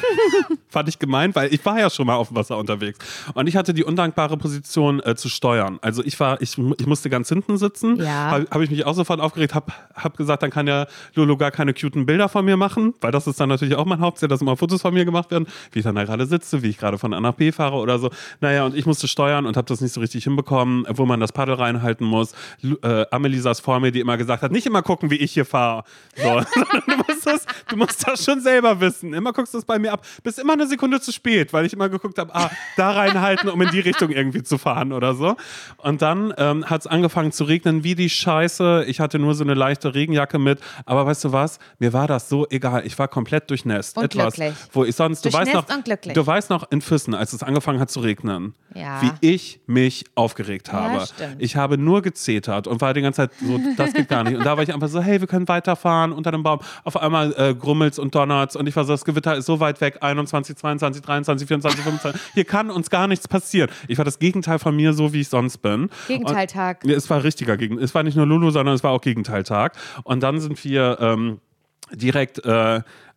Fand ich gemein, weil ich war ja schon mal auf dem Wasser unterwegs. Und ich hatte die undankbare Position äh, zu steuern. Also ich war, ich, ich musste ganz hinten sitzen. Ja. Habe hab ich mich auch sofort aufgeregt, habe hab gesagt, dann kann ja Lolo gar keine cuten Bilder von mir machen, weil das ist dann natürlich auch mein Hauptziel, dass immer Fotos von mir gemacht werden, wie ich dann da gerade sitze, wie ich gerade von A nach B fahre oder so. Naja, und ich musste steuern und habe das nicht so richtig hinbekommen, wo man das Paddel reinhalten muss. Äh, Amelie saß vor mir, die immer gesagt hat, nicht immer gucken, wie ich hier fahre. So. du, musst das, du musst das schon selber wissen. Immer guckst du es bei mir ab. Bist immer eine Sekunde zu spät, weil ich immer geguckt habe, ah, da reinhalten, um in die Richtung irgendwie zu fahren oder so. Und dann ähm, hat es angefangen zu regnen wie die Scheiße. Ich hatte nur so eine leichte Regenjacke mit. Aber weißt du was? Mir war das so egal. Ich war komplett durchnässt. Und Etwas, glücklich. wo ich sonst, du weißt noch, und glücklich. du weißt noch in Füssen, als es angefangen hat zu regnen, Ja. wie ich mich aufgeregt habe. Ja, stimmt. Ich habe nur gezetert und war die ganze Zeit so, das geht gar nicht. Und da war ich einfach so, hey, wir können weiterfahren unter dem Baum. Auf einmal äh, grummelt's und donnert's und ich war so, das Gewitter ist so weit weg, einundzwanzig, zweiundzwanzig, dreiundzwanzig, vierundzwanzig, fünfundzwanzig. Hier kann uns gar nichts passieren. Ich war das Gegenteil von mir, so wie ich sonst bin. Gegenteiltag. Und, es war richtiger Gegenteil. Es war nicht nur Lulu, sondern es war auch Gegenteiltag. Und dann sind wir ähm, direkt, äh,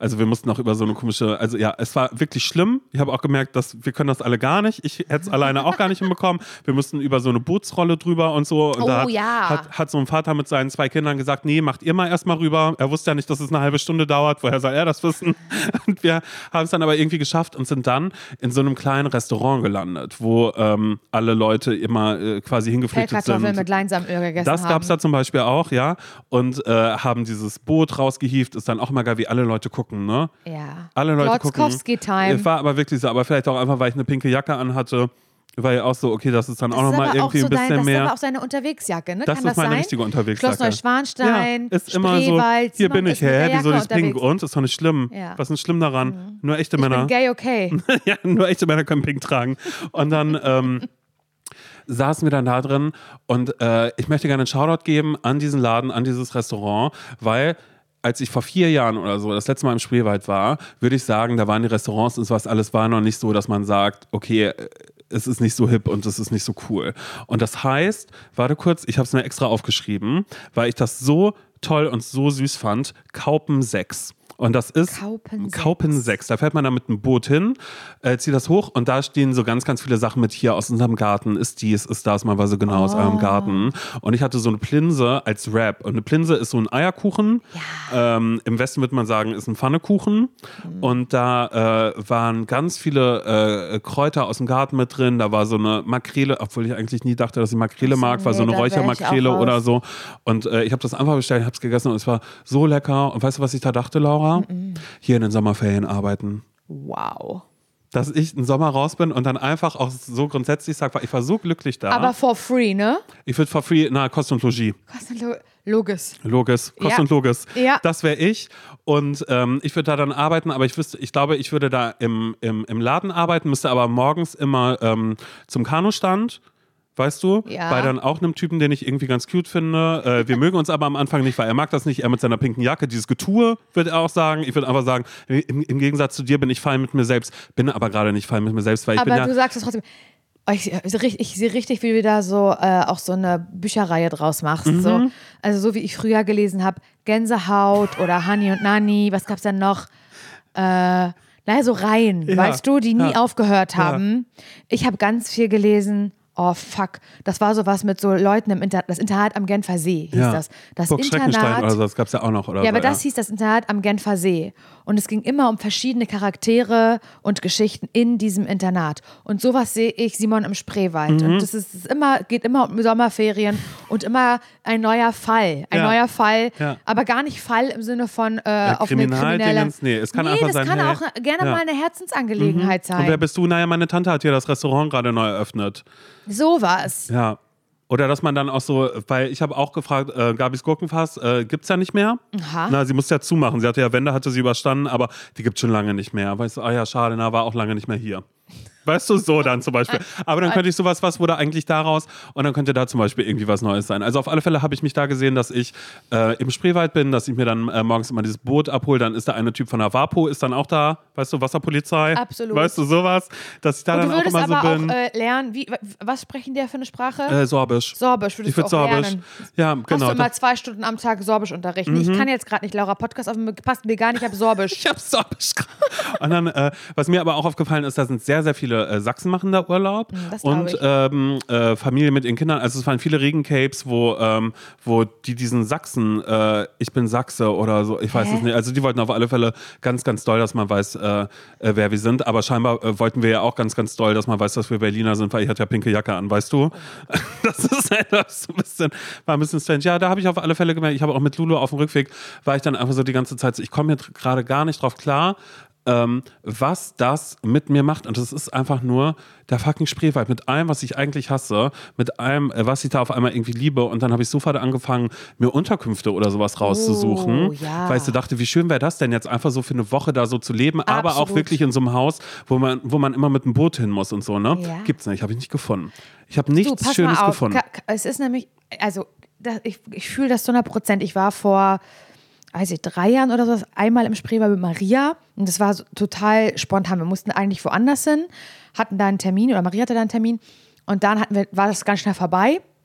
Also wir mussten auch über so eine komische, also ja, es war wirklich schlimm. Ich habe auch gemerkt, dass wir können das alle gar nicht. Ich hätte es alleine auch gar nicht hinbekommen. Wir mussten über so eine Bootsrolle drüber und so. Und oh da hat, ja. hat, hat so ein Vater mit seinen zwei Kindern gesagt, nee, macht ihr mal erstmal rüber. Er wusste ja nicht, dass es eine halbe Stunde dauert. Woher soll er das wissen? Und wir haben es dann aber irgendwie geschafft und sind dann in so einem kleinen Restaurant gelandet, wo ähm, alle Leute immer äh, quasi hingeflüchtet sind. Mit Leinsamöl gegessen das gab es da haben. zum Beispiel auch, ja. Und äh, haben dieses Boot rausgehievt. Ist dann auch mal geil, wie alle Leute gucken, ne? Ja. Alle Leute gucken. Klotzkowski-Time. War aber wirklich so. Aber vielleicht auch einfach, weil ich eine pinke Jacke anhatte, war ja auch so, okay, das ist dann das auch nochmal irgendwie so ein bisschen dein, das mehr. Das ist aber auch seine Unterwegsjacke, ne? Das Kann ist das meine sein? richtige Unterwegsjacke. Schloss Neuschwanstein, ja, ist immer Spreewald. so, hier bin ich, hä, wieso ist pink unterwegs. und? Ist doch nicht schlimm. Ja. Was ist denn schlimm daran? Mhm. Nur echte ich Männer. Ich bin gay, okay. ja, nur echte Männer können pink tragen. Und dann ähm, saßen wir dann da drin und äh, ich möchte gerne einen Shoutout geben an diesen Laden, an dieses Restaurant, weil als ich vor vier Jahren oder so das letzte Mal im Spreewald war, würde ich sagen, da waren die Restaurants und was alles war noch nicht so, dass man sagt, okay, es ist nicht so hip und es ist nicht so cool. Und das heißt, warte kurz, ich habe es mir extra aufgeschrieben, weil ich das so toll und so süß fand, Kaupen sechs. Und das ist Kaupen sechs. Da fährt man da mit einem Boot hin, äh, zieht das hoch und da stehen so ganz, ganz viele Sachen mit hier aus unserem Garten. Ist dies, ist das, man war so genau oh. aus eurem Garten. Und ich hatte so eine Plinse als Wrap. Und eine Plinse ist so ein Eierkuchen. Ja. Ähm, im Westen würde man sagen, ist ein Pfannekuchen. Mhm. Und da äh, waren ganz viele äh, Kräuter aus dem Garten mit drin. Da war so eine Makrele, obwohl ich eigentlich nie dachte, dass ich Makrele mag, nee, war so eine Räuchermakrele oder so. Und äh, ich habe das einfach bestellt, habe es gegessen und es war so lecker. Und weißt du, was ich da dachte, Laura? Mm-mm. Hier in den Sommerferien arbeiten. Wow. Dass ich im Sommer raus bin und dann einfach auch so grundsätzlich sage, ich war so glücklich da. Aber for free, ne? Ich würde for free, na, Kost und Logis. Kost und Lo- Logis. Logis, Kost ja. und Logis. Ja. Das wäre ich. Und ähm, ich würde da dann arbeiten, aber ich wüsste, ich glaube, ich würde da im, im, im Laden arbeiten, müsste aber morgens immer ähm, zum Kanustand. Weißt du? Ja. Bei dann auch einem Typen, den ich irgendwie ganz cute finde. Äh, wir mögen uns aber am Anfang nicht, weil er mag das nicht. Er mit seiner pinken Jacke, dieses Getue, würde er auch sagen. Ich würde einfach sagen, im, im Gegensatz zu dir bin ich fein mit mir selbst, bin aber gerade nicht fein mit mir selbst, weil ich aber bin ja... Aber du sagst es trotzdem... Ich, ich, ich sehe richtig, wie du da so äh, auch so eine Bücherreihe draus machst. Mhm. So. Also so wie ich früher gelesen habe, Gänsehaut oder Hani und Nani, was gab's denn noch? Äh, naja, so Reihen, ja. weißt du, die nie ja. aufgehört haben. Ja. Ich habe ganz viel gelesen. Oh fuck, das war sowas mit so Leuten im Internat, das Internat am Genfer See hieß ja. das. Das Burg Internat oder so, das gab es ja auch noch. Oder ja, so, aber das ja. hieß das Internat am Genfer See. Und es ging immer um verschiedene Charaktere und Geschichten in diesem Internat. Und sowas sehe ich Simon im Spreewald. Mhm. Und das ist, ist immer, geht immer um Sommerferien und immer ein neuer Fall. Ein ja. neuer Fall, ja. aber gar nicht Fall im Sinne von äh, ja, auf eine kriminelle... Nee, es kann nee, einfach das sein, kann hey, auch gerne ja. mal eine Herzensangelegenheit mhm. sein. Und wer bist du? Naja, meine Tante hat hier das Restaurant gerade neu eröffnet. So war's. Ja. Oder dass man dann auch so, weil ich habe auch gefragt, äh, Gabis Gurkenfass äh, gibt es ja nicht mehr. Aha. Na, sie musste ja zumachen. Sie hatte ja Wände, hatte sie überstanden, aber die gibt es schon lange nicht mehr. Weißt du, ah ja, schade, na, war auch lange nicht mehr hier. Weißt du, so dann zum Beispiel. Aber dann könnte ich sowas, was wurde eigentlich daraus? Und dann könnte da zum Beispiel irgendwie was Neues sein. Also auf alle Fälle habe ich mich da gesehen, dass ich äh, im Spreewald bin, dass ich mir dann äh, morgens immer dieses Boot abhole. Dann ist der eine Typ von der WAPO, ist dann auch da, weißt du, Wasserpolizei. Absolut. Weißt du, sowas. Dass ich da und dann du würdest auch immer aber so bin. auch äh, lernen, wie, was sprechen die für eine Sprache? Äh, Sorbisch. Sorbisch würdest ich würd du auch Sorbisch. lernen. Ja, genau. Hast du immer zwei Stunden am Tag Sorbisch unterrichten. Mhm. Ich kann jetzt gerade nicht, Laura, Podcast auf, passt mir gar nicht, ich habe Sorbisch. ich habe Sorbisch. Und dann, äh, was mir aber auch aufgefallen ist, da sind sehr, sehr viele äh, Sachsen machen da Urlaub das und ähm, äh, Familie mit ihren Kindern. Also es waren viele Regencapes, wo, ähm, wo die diesen Sachsen, äh, ich bin Sachse oder so, ich weiß Hä? es nicht. Also die wollten auf alle Fälle ganz, ganz doll, dass man weiß, äh, äh, wer wir sind. Aber scheinbar äh, wollten wir ja auch ganz, ganz doll, dass man weiß, dass wir Berliner sind, weil ich hatte ja pinke Jacke an, weißt du? Das ist einfach so ein bisschen, war ein bisschen strange. Ja, da habe ich auf alle Fälle gemerkt, ich habe auch mit Lulu auf dem Rückweg, war ich dann einfach so die ganze Zeit so, ich komme jetzt gerade gar nicht drauf klar, Ähm, was das mit mir macht. Und das ist einfach nur der fucking Spreewald mit allem, was ich eigentlich hasse, mit allem, was ich da auf einmal irgendwie liebe. Und dann habe ich sofort angefangen, mir Unterkünfte oder sowas rauszusuchen. Oh, ja. Weil ich so dachte, wie schön wäre das denn jetzt einfach so für eine Woche da so zu leben, aber Absolut. auch wirklich in so einem Haus, wo man, wo man immer mit dem Boot hin muss und so, ne? Ja. Gibt's nicht, habe ich nicht gefunden. Ich habe nichts du, pass Schönes mal auf. gefunden. Ka- Es ist nämlich, also das, ich, ich fühle das zu hundert Prozent. Ich war vor weiß ich, drei Jahren oder so, einmal im Spreewald mit Maria und das war so total spontan. Wir mussten eigentlich woanders hin, hatten da einen Termin oder Maria hatte da einen Termin und dann hatten wir, war das ganz schnell vorbei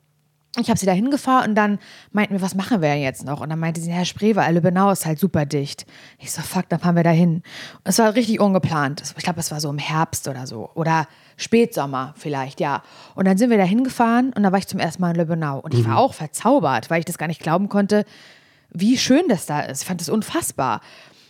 Ich habe sie da hingefahren und dann meinten wir, was machen wir denn jetzt noch? Und dann meinte sie, Herr Spreewald, Lübbenau ist halt super dicht. Ich so, fuck, dann fahren wir da hin. Und es war richtig ungeplant. Ich glaube, es war so im Herbst oder so. Oder Spätsommer vielleicht, ja. Und dann sind wir da hingefahren und da war ich zum ersten Mal in Lübbenau. Und ich war auch verzaubert, weil ich das gar nicht glauben konnte, wie schön das da ist. Ich fand das unfassbar.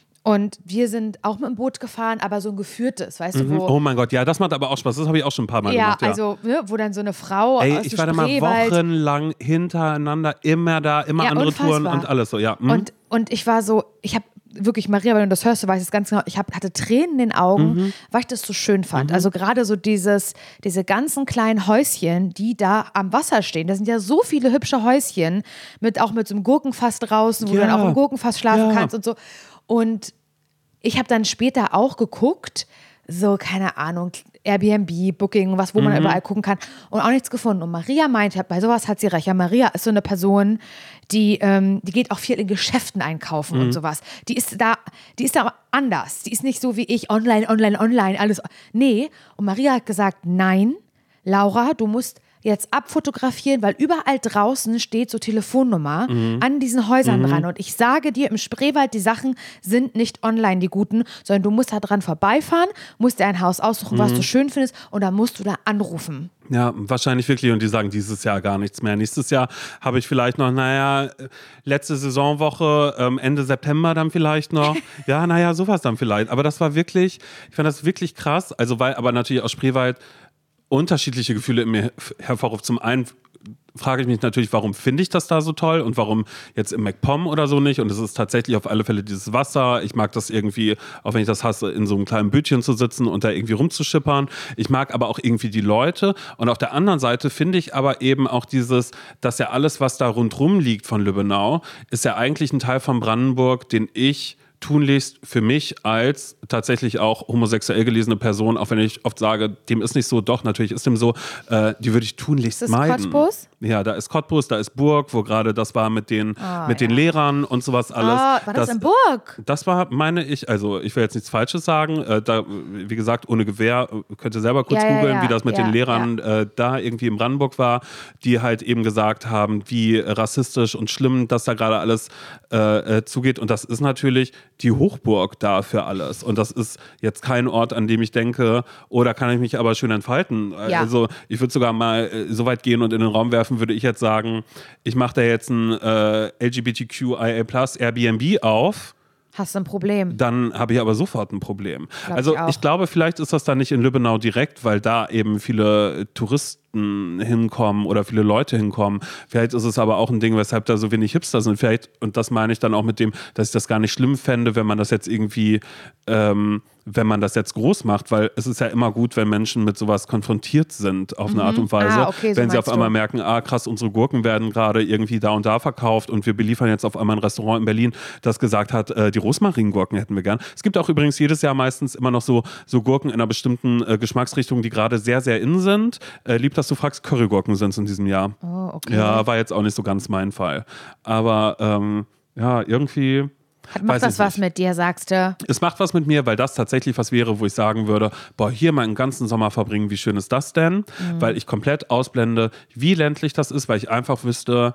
Und wir sind auch mit dem Boot gefahren, aber so ein geführtes, weißt mhm. du, wo... Oh mein Gott, ja, das macht aber auch Spaß. Das habe ich auch schon ein paar Mal ja, gemacht. Ja, also, ne, wo dann so eine Frau Ey, aus ich dem war da mal Spreewald... wochenlang hintereinander, immer da, immer Ja, andere unfassbar. Touren und alles so, ja. Mhm. Und, und ich war so, ich habe wirklich, Maria, wenn du das hörst, du weißt es ganz genau, ich hab, hatte Tränen in den Augen, mhm. weil ich das so schön fand. Mhm. Also gerade so dieses, diese ganzen kleinen Häuschen, die da am Wasser stehen. Da sind ja so viele hübsche Häuschen, mit, auch mit so einem Gurkenfass draußen, wo ja. du dann auch im Gurkenfass schlafen ja. kannst und so. Und ich habe dann später auch geguckt, so, keine Ahnung, Airbnb, Booking, was, wo man mhm. überall gucken kann und auch nichts gefunden. Und Maria meinte, bei sowas hat sie recht. Ja, Maria ist so eine Person, die, ähm, die geht auch viel in Geschäften einkaufen mhm. und sowas. Die ist da, die ist da anders. Die ist nicht so wie ich, online, online, online, alles. Nee. Und Maria hat gesagt, nein, Laura, du musst jetzt abfotografieren, weil überall draußen steht so Telefonnummer mhm. an diesen Häusern mhm. dran. Und ich sage dir, im Spreewald, die Sachen sind nicht online, die guten, sondern du musst da dran vorbeifahren, musst dir ein Haus aussuchen, mhm. was du schön findest und dann musst du da anrufen. Ja, wahrscheinlich wirklich. Und die sagen dieses Jahr gar nichts mehr. Nächstes Jahr habe ich vielleicht noch, naja, letzte Saisonwoche, ähm, Ende September dann vielleicht noch. Ja, naja, sowas dann vielleicht. Aber das war wirklich, ich fand das wirklich krass. Also, weil, aber natürlich aus Spreewald unterschiedliche Gefühle in mir hervorruft. Zum einen frage ich mich natürlich, warum finde ich das da so toll und warum jetzt im MacPom oder so nicht. Und es ist tatsächlich auf alle Fälle dieses Wasser. Ich mag das irgendwie, auch wenn ich das hasse, in so einem kleinen Bötchen zu sitzen und da irgendwie rumzuschippern. Ich mag aber auch irgendwie die Leute. Und auf der anderen Seite finde ich aber eben auch dieses, dass ja alles, was da rundrum liegt von Lübbenau, ist ja eigentlich ein Teil von Brandenburg, den ich tunlichst für mich als tatsächlich auch homosexuell gelesene Person, auch wenn ich oft sage, dem ist nicht so, doch, natürlich ist dem so, äh, die würde ich tunlichst ist das meiden. Cottbus? Ja, da ist Cottbus, da ist Burg, wo gerade das war mit den, oh, mit ja. den Lehrern und sowas alles. Oh, war das, das in Burg? Das war, meine ich, also ich will jetzt nichts Falsches sagen, äh, da, wie gesagt, ohne Gewehr, könnt ihr selber kurz ja, googeln, ja, ja. wie das mit ja, den Lehrern ja. äh, da irgendwie in Brandenburg war, die halt eben gesagt haben, wie rassistisch und schlimm das da gerade alles äh, äh, zugeht. Und das ist natürlich die Hochburg da für alles. Und das ist jetzt kein Ort, an dem ich denke, oh, da kann ich mich aber schön entfalten. Ja. Also ich würde sogar mal äh, so weit gehen und in den Raum werfen, würde ich jetzt sagen, ich mache da jetzt ein äh, L G B T Q I A plus Airbnb auf. Hast du ein Problem? Dann habe ich aber sofort ein Problem. Glaub also ich, ich glaube, vielleicht ist das dann nicht in Lübbenau direkt, weil da eben viele Touristen hinkommen oder viele Leute hinkommen. Vielleicht ist es aber auch ein Ding, weshalb da so wenig Hipster sind. Vielleicht, und das meine ich dann auch mit dem, dass ich das gar nicht schlimm fände, wenn man das jetzt irgendwie, ähm, wenn man das jetzt groß macht, weil es ist ja immer gut, wenn Menschen mit sowas konfrontiert sind auf eine mhm. Art und Weise. Ah, okay, so wenn sie auf einmal du. merken, ah krass, unsere Gurken werden gerade irgendwie da und da verkauft und wir beliefern jetzt auf einmal ein Restaurant in Berlin, das gesagt hat, äh, die Rosmaringurken hätten wir gern. Es gibt auch übrigens jedes Jahr meistens immer noch so, so Gurken in einer bestimmten äh, Geschmacksrichtung, die gerade sehr, sehr in sind. Äh, lieb, dass du fragst, Currygurken sind es in diesem Jahr. Oh, okay. Ja, war jetzt auch nicht so ganz mein Fall. Aber ähm, ja, irgendwie... Hat, macht das was mit dir, sagst du? Es macht was mit mir, weil das tatsächlich was wäre, wo ich sagen würde, boah, hier mal einen ganzen Sommer verbringen, wie schön ist das denn? Mhm. Weil ich komplett ausblende, wie ländlich das ist, weil ich einfach wüsste,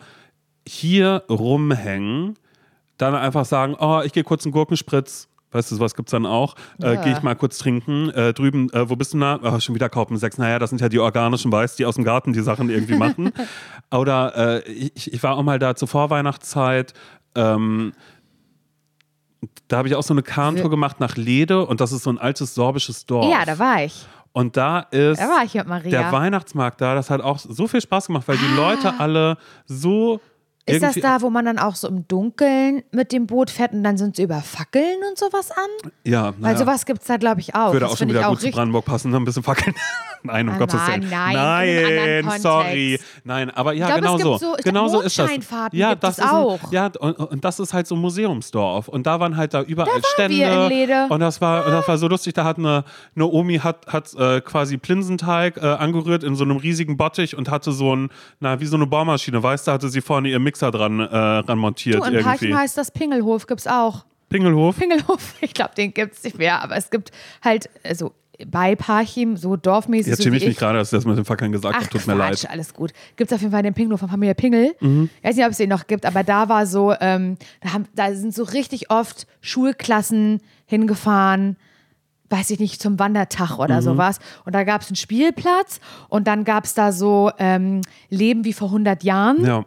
hier rumhängen, dann einfach sagen, oh, ich gehe kurz einen Gurkenspritz. Weißt du, sowas gibt es dann auch. Ja. Äh, Gehe ich mal kurz trinken. Äh, drüben, äh, wo bist du da? Oh, schon wieder Kaupen sechs. Naja, das sind ja die organischen Weiß, die aus dem Garten die Sachen irgendwie machen. Oder äh, ich, ich war auch mal da zur Vorweihnachtszeit. Ähm, da habe ich auch so eine Kahntour gemacht nach Lede und das ist so ein altes sorbisches Dorf. Ja, da war ich. Und da ist da war ich mit Maria. Der Weihnachtsmarkt da. Das hat auch so viel Spaß gemacht, weil die Leute alle so... Ist das da, wo man dann auch so im Dunkeln mit dem Boot fährt und dann sind sie über Fackeln und sowas an? Ja, naja. Weil sowas gibt es da, glaube ich, auch. Würde das auch schon wieder auch gut zu Brandenburg passen, ein bisschen Fackeln. Nein, um ah, Gottes Willen. Nein, nein, nein sorry. Nein, aber ja, ich glaub, genau es so. Gibt so ich genau glaub, so ist das. Ja, gibt das es auch. Ein, ja, und, und das ist halt so ein Museumsdorf. Und da waren halt da überall da waren Stände. Wir in Lede. Und das war, und das war so lustig. Da hat eine, eine Omi hat, hat äh, quasi Plinsenteig äh, angerührt in so einem riesigen Bottich und hatte so ein, na, wie so eine Bohrmaschine, weißt du, hatte sie vorne ihren Mixer dran, äh, ran montiert. Du, in Parchim heißt das Pingelhof, gibt's auch. Pingelhof? Pingelhof, ich glaube, den gibt's nicht mehr, aber es gibt halt, also bei Parchim, so dorfmäßig. Jetzt so schäme ich mich gerade, dass du das mit dem Fackeln gesagt hast. Tut Ach, mir Quatsch, leid. alles gut. Gibt es auf jeden Fall den Pingel von Familie Pingel. Mhm. Ich weiß nicht, ob es den noch gibt, aber da war so, ähm, da, haben, da sind so richtig oft Schulklassen hingefahren, weiß ich nicht, zum Wandertag oder mhm. sowas. Und da gab es einen Spielplatz und dann gab es da so ähm, Leben wie vor hundert Jahren. Ja.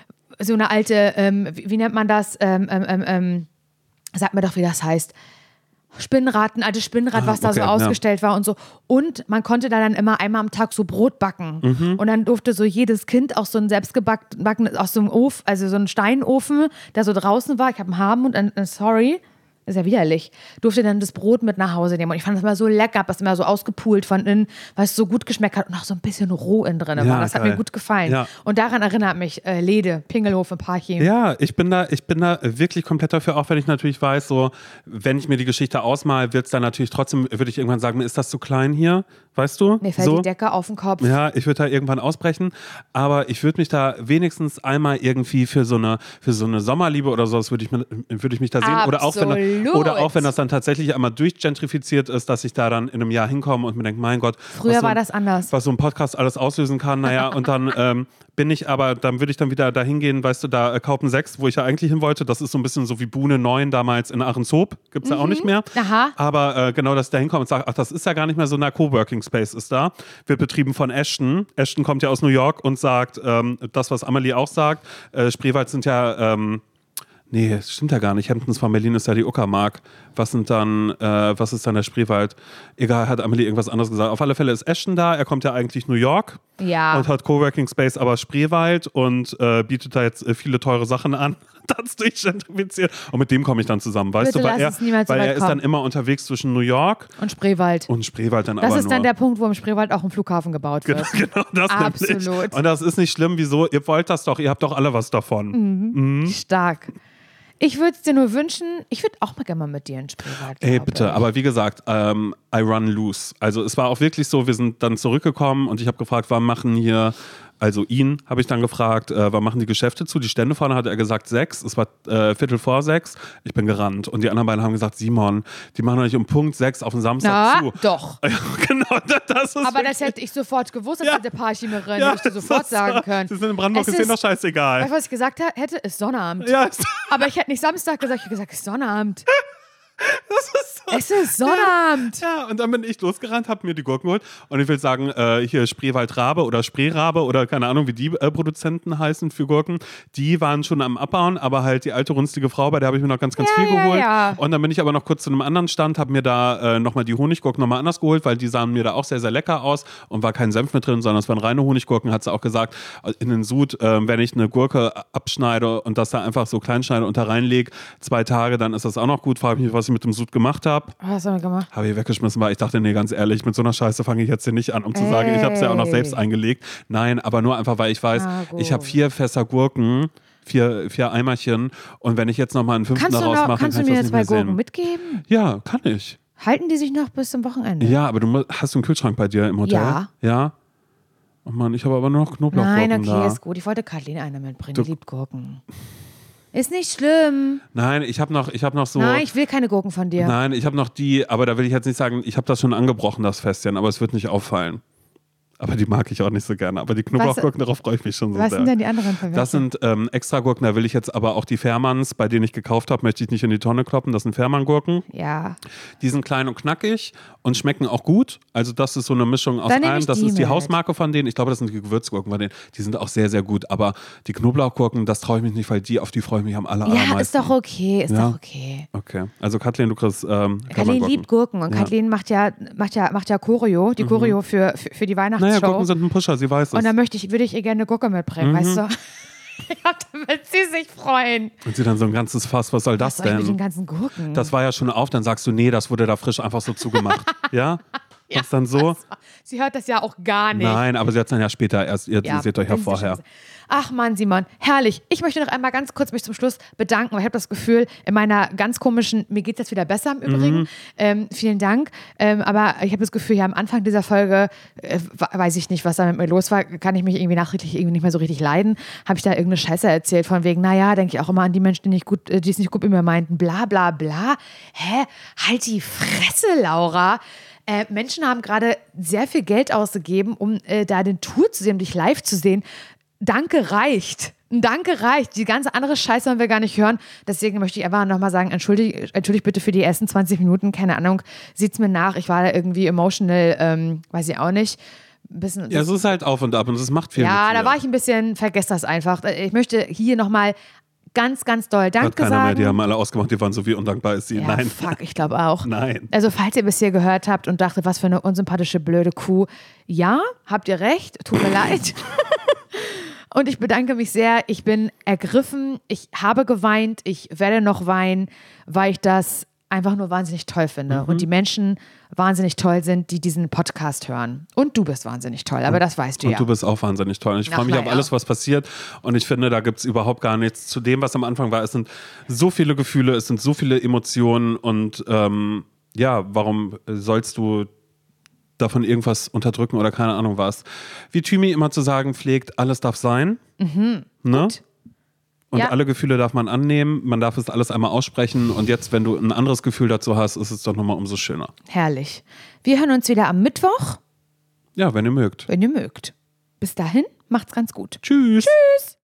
So eine alte, ähm, wie, wie nennt man das? Ähm, ähm, ähm, sag mir doch, wie das heißt. Spinnrad, ein altes Spinnrad, ah, was da okay, so ausgestellt ja. war und so. Und man konnte da dann immer einmal am Tag so Brot backen. Mhm. Und dann durfte so jedes Kind auch so ein selbstgebackenes, aus so einem Ofen, also so einen Steinofen, der so draußen war. Ich habe einen Haben und ein, ein Sorry. Ist ja widerlich. Durfte dann das Brot mit nach Hause nehmen. Und ich fand das immer so lecker, hab das immer so ausgepult von innen, weil es so gut geschmeckt hat und auch so ein bisschen roh innen drin war. Ja, das geil. hat mir gut gefallen. Ja. Und daran erinnert mich äh, Lede, Pingelhof und Parchim. Ja, ich bin da, ich bin da wirklich komplett dafür, auch wenn ich natürlich weiß, so, wenn ich mir die Geschichte ausmal, wird es dann natürlich trotzdem, würde ich irgendwann sagen, ist das zu klein hier? Weißt du? Mir fällt so. die Decke auf den Kopf. Ja, ich würde da irgendwann ausbrechen, aber ich würde mich da wenigstens einmal irgendwie für so eine, für so eine Sommerliebe oder sowas würde ich, würd ich mich da sehen. Oder auch, wenn, oder auch wenn das dann tatsächlich einmal durchgentrifiziert ist, dass ich da dann in einem Jahr hinkomme und mir denke, mein Gott. Früher so, war das anders. Was so ein Podcast alles auslösen kann, naja, und dann ähm, bin ich aber, dann würde ich dann wieder da hingehen, weißt du, da äh, Kaupen sechs, wo ich ja eigentlich hin wollte, das ist so ein bisschen so wie Buhne neun damals in Ahrenshoop, gibt es mhm. ja auch nicht mehr. Aha. Aber äh, genau, dass ich da hinkomme und sage, ach, das ist ja gar nicht mehr so, ein Coworking Space ist da, wird betrieben von Ashton. Ashton kommt ja aus New York und sagt, ähm, das, was Amelie auch sagt, äh, Spreewald sind ja, ähm, nee, das stimmt ja gar nicht. Hamptons von Berlin ist ja die Uckermark. Was sind dann, äh, was ist dann der Spreewald? Egal, hat Amelie irgendwas anderes gesagt. Auf alle Fälle ist Ashton da. Er kommt ja eigentlich New York ja. und hat Coworking Space, aber Spreewald und äh, bietet da jetzt äh, viele teure Sachen an. Das durchgentrifiziert. Und mit dem komme ich dann zusammen, weißt Bitte du? Weil, er, weil er ist dann immer unterwegs zwischen New York und Spreewald. Und Spreewald dann das aber ist dann nur. der Punkt, wo im Spreewald auch ein Flughafen gebaut wird. Genau, genau das Absolut. Nämlich. Und das ist nicht schlimm. Wieso? Ihr wollt das doch. Ihr habt doch alle was davon. Mhm. Mhm. Stark. Ich würde es dir nur wünschen, ich würde auch mal gerne mal mit dir in Spreewald. Ey, bitte, ich. Aber wie gesagt, ähm, I run loose. Also es war auch wirklich so, wir sind dann zurückgekommen und ich habe gefragt, wann machen hier, also ihn habe ich dann gefragt, äh, wann machen die Geschäfte zu? Die Stände vorne hat er gesagt sechs, es war äh, Viertel vor sechs, ich bin gerannt. Und die anderen beiden haben gesagt, Simon, die machen doch nicht um Punkt sechs auf den Samstag Na, zu. doch. Genau, das ist aber wirklich. Das hätte ich sofort gewusst, das ja. hätte Parchimerin, ja, hätte ich dir sofort sagen war, können. Sie sind in Brandenburg, ist denen doch scheißegal. Weißt du, was ich gesagt hätte? Ist Sonnabend. Ja. Aber ich hätte nicht Samstag gesagt, ich hätte gesagt, ist Sonnabend. Das ist so. Es ist Sonnabend. Ja, ja, und dann bin ich losgerannt, habe mir die Gurken geholt und ich will sagen, äh, hier Spreewaldrabe oder Spreerabe oder keine Ahnung, wie die äh, Produzenten heißen für Gurken, die waren schon am Abbauen, aber halt die alte runzlige Frau, bei der habe ich mir noch ganz, ganz ja, viel ja, geholt. Ja. Und dann bin ich aber noch kurz zu einem anderen Stand, habe mir da äh, nochmal die Honiggurken nochmal anders geholt, weil die sahen mir da auch sehr, sehr lecker aus und war kein Senf mit drin, sondern es waren reine Honiggurken, hat sie auch gesagt, in den Sud, äh, wenn ich eine Gurke abschneide und das da einfach so klein schneide und da reinlege, zwei Tage, dann ist das auch noch gut. Frage ich mich, was ich mit dem Sud gemacht habe. Was hast du damit gemacht? Habe ich weggeschmissen, weil ich dachte, nee, ganz ehrlich, mit so einer Scheiße fange ich jetzt hier nicht an, um zu Ey. sagen, ich habe es ja auch noch selbst eingelegt. Nein, aber nur einfach, weil ich weiß, ah, ich habe vier Fässer Gurken, vier, vier Eimerchen und wenn ich jetzt noch mal einen fünften daraus mache, dann kannst kann du mir ich das jetzt nicht zwei mehr Gurken sehen. mitgeben? Ja, kann ich. Halten die sich noch bis zum Wochenende? Ja, aber du musst, hast du einen Kühlschrank bei dir im Hotel? Ja. Ja? Oh Mann, ich habe aber nur noch Knoblauchgurken Nein, okay, da. ist gut. Ich wollte Kathleen eine mitbringen, Du- die liebt Gurken. Ist nicht schlimm. Nein, ich habe noch, ich habe noch so... Nein, ich will keine Gurken von dir. Nein, ich habe noch die, aber da will ich jetzt nicht sagen, ich habe das schon angebrochen, das Festchen, aber es wird nicht auffallen. Aber die mag ich auch nicht so gerne. Aber die Knoblauchgurken, darauf freue ich mich schon so Was sehr. sind denn die anderen für welche? Das sind ähm, Extragurken, da will ich jetzt aber auch die Fährmanns, bei denen ich gekauft habe, möchte ich nicht in die Tonne kloppen. Das sind Fährmann-Gurken. Ja. Die sind klein und knackig und schmecken auch gut. Also das ist so eine Mischung aus Dann nehm allem. ich Das die ist die mit. Hausmarke von denen. Ich glaube, das sind die Gewürzgurken von denen. Die sind auch sehr, sehr gut. Aber die Knoblauchgurken, das traue ich mich nicht, weil die, auf die freue ich mich am aller, Ja, allermeisten. ist doch okay, ist Ja. doch okay. Okay, also Kathleen, du kriegst ähm, Kathleen Fährmann-Gurken. liebt Gurken und Ja. Kathleen macht ja, macht ja, macht ja Choreo, die Choreo für, für, für die Weihnachtsshow. Naja, Gurken sind ein Pusher, sie weiß es. Und dann möchte ich, würde ich ihr gerne eine Gurke mitbringen, Mhm. weißt du? Ja, damit sie sich freuen. Und sie dann so ein ganzes Fass, was soll das Was soll ich mit den denn? ganzen Gurken? Das war ja schon auf, dann sagst du, nee, das wurde da frisch einfach so zugemacht. Ja? Ja, Das dann so? das war- Sie hört das ja auch gar nicht. Nein, aber sie hat es dann ja später erst, ihr Ja, seht euch ja wenn sie vorher. schon- Ach Mann, Simon, herrlich. Ich möchte noch einmal ganz kurz mich zum Schluss bedanken, weil ich habe das Gefühl, in meiner ganz komischen, mir geht es jetzt wieder besser im Übrigen, Mhm. ähm, vielen Dank, ähm, aber ich habe das Gefühl, ja am Anfang dieser Folge, äh, weiß ich nicht, was da mit mir los war, kann ich mich irgendwie nachträglich irgendwie nicht mehr so richtig leiden, habe ich da irgendeine Scheiße erzählt, von wegen, naja, denke ich auch immer an die Menschen, die, nicht gut, äh, die es nicht gut mit mir meinten, bla bla bla. Hä? Halt die Fresse, Laura. Äh, Menschen haben gerade sehr viel Geld ausgegeben, um äh, da den Tour zu sehen, um dich live zu sehen. Danke reicht. Ein Danke reicht. Die ganze andere Scheiße wollen wir gar nicht hören. Deswegen möchte ich einfach nochmal sagen, entschuldigt entschuldig bitte für die ersten zwanzig Minuten. Keine Ahnung, sieht's mir nach. Ich war da irgendwie emotional, ähm, weiß ich auch nicht. Ein bisschen, ja, es ist halt auf und ab und es macht viel. Ja, mit da war ich ein bisschen, vergesst das einfach. Ich möchte hier nochmal ganz, ganz doll Danke Hat keiner sagen. mehr, die haben alle ausgemacht, die waren so wie undankbar ist sie. Ja, Nein. fuck, ich glaube auch. Nein. Also falls ihr bis hier gehört habt und dachtet, was für eine unsympathische, blöde Kuh. Ja, habt ihr recht, tut mir leid. Und ich bedanke mich sehr. Ich bin ergriffen. Ich habe geweint. Ich werde noch weinen, weil ich das einfach nur wahnsinnig toll finde. Mhm. Und die Menschen wahnsinnig toll sind, die diesen Podcast hören. Und du bist wahnsinnig toll, aber das weißt du und ja. Und du bist auch wahnsinnig toll. Und ich freue mich auf alles, was passiert. Und ich finde, da gibt es überhaupt gar nichts zu dem, was am Anfang war. Es sind so viele Gefühle, es sind so viele Emotionen. Und ähm, ja, warum sollst du davon irgendwas unterdrücken oder keine Ahnung was. Wie Thymi immer zu sagen pflegt, alles darf sein. Mhm. Ne? Gut. Und ja. alle Gefühle darf man annehmen, man darf es alles einmal aussprechen und jetzt, wenn du ein anderes Gefühl dazu hast, ist es doch nochmal umso schöner. Herrlich. Wir hören uns wieder am Mittwoch. Ja, wenn ihr mögt. Wenn ihr mögt. Bis dahin, macht's ganz gut. Tschüss. Tschüss.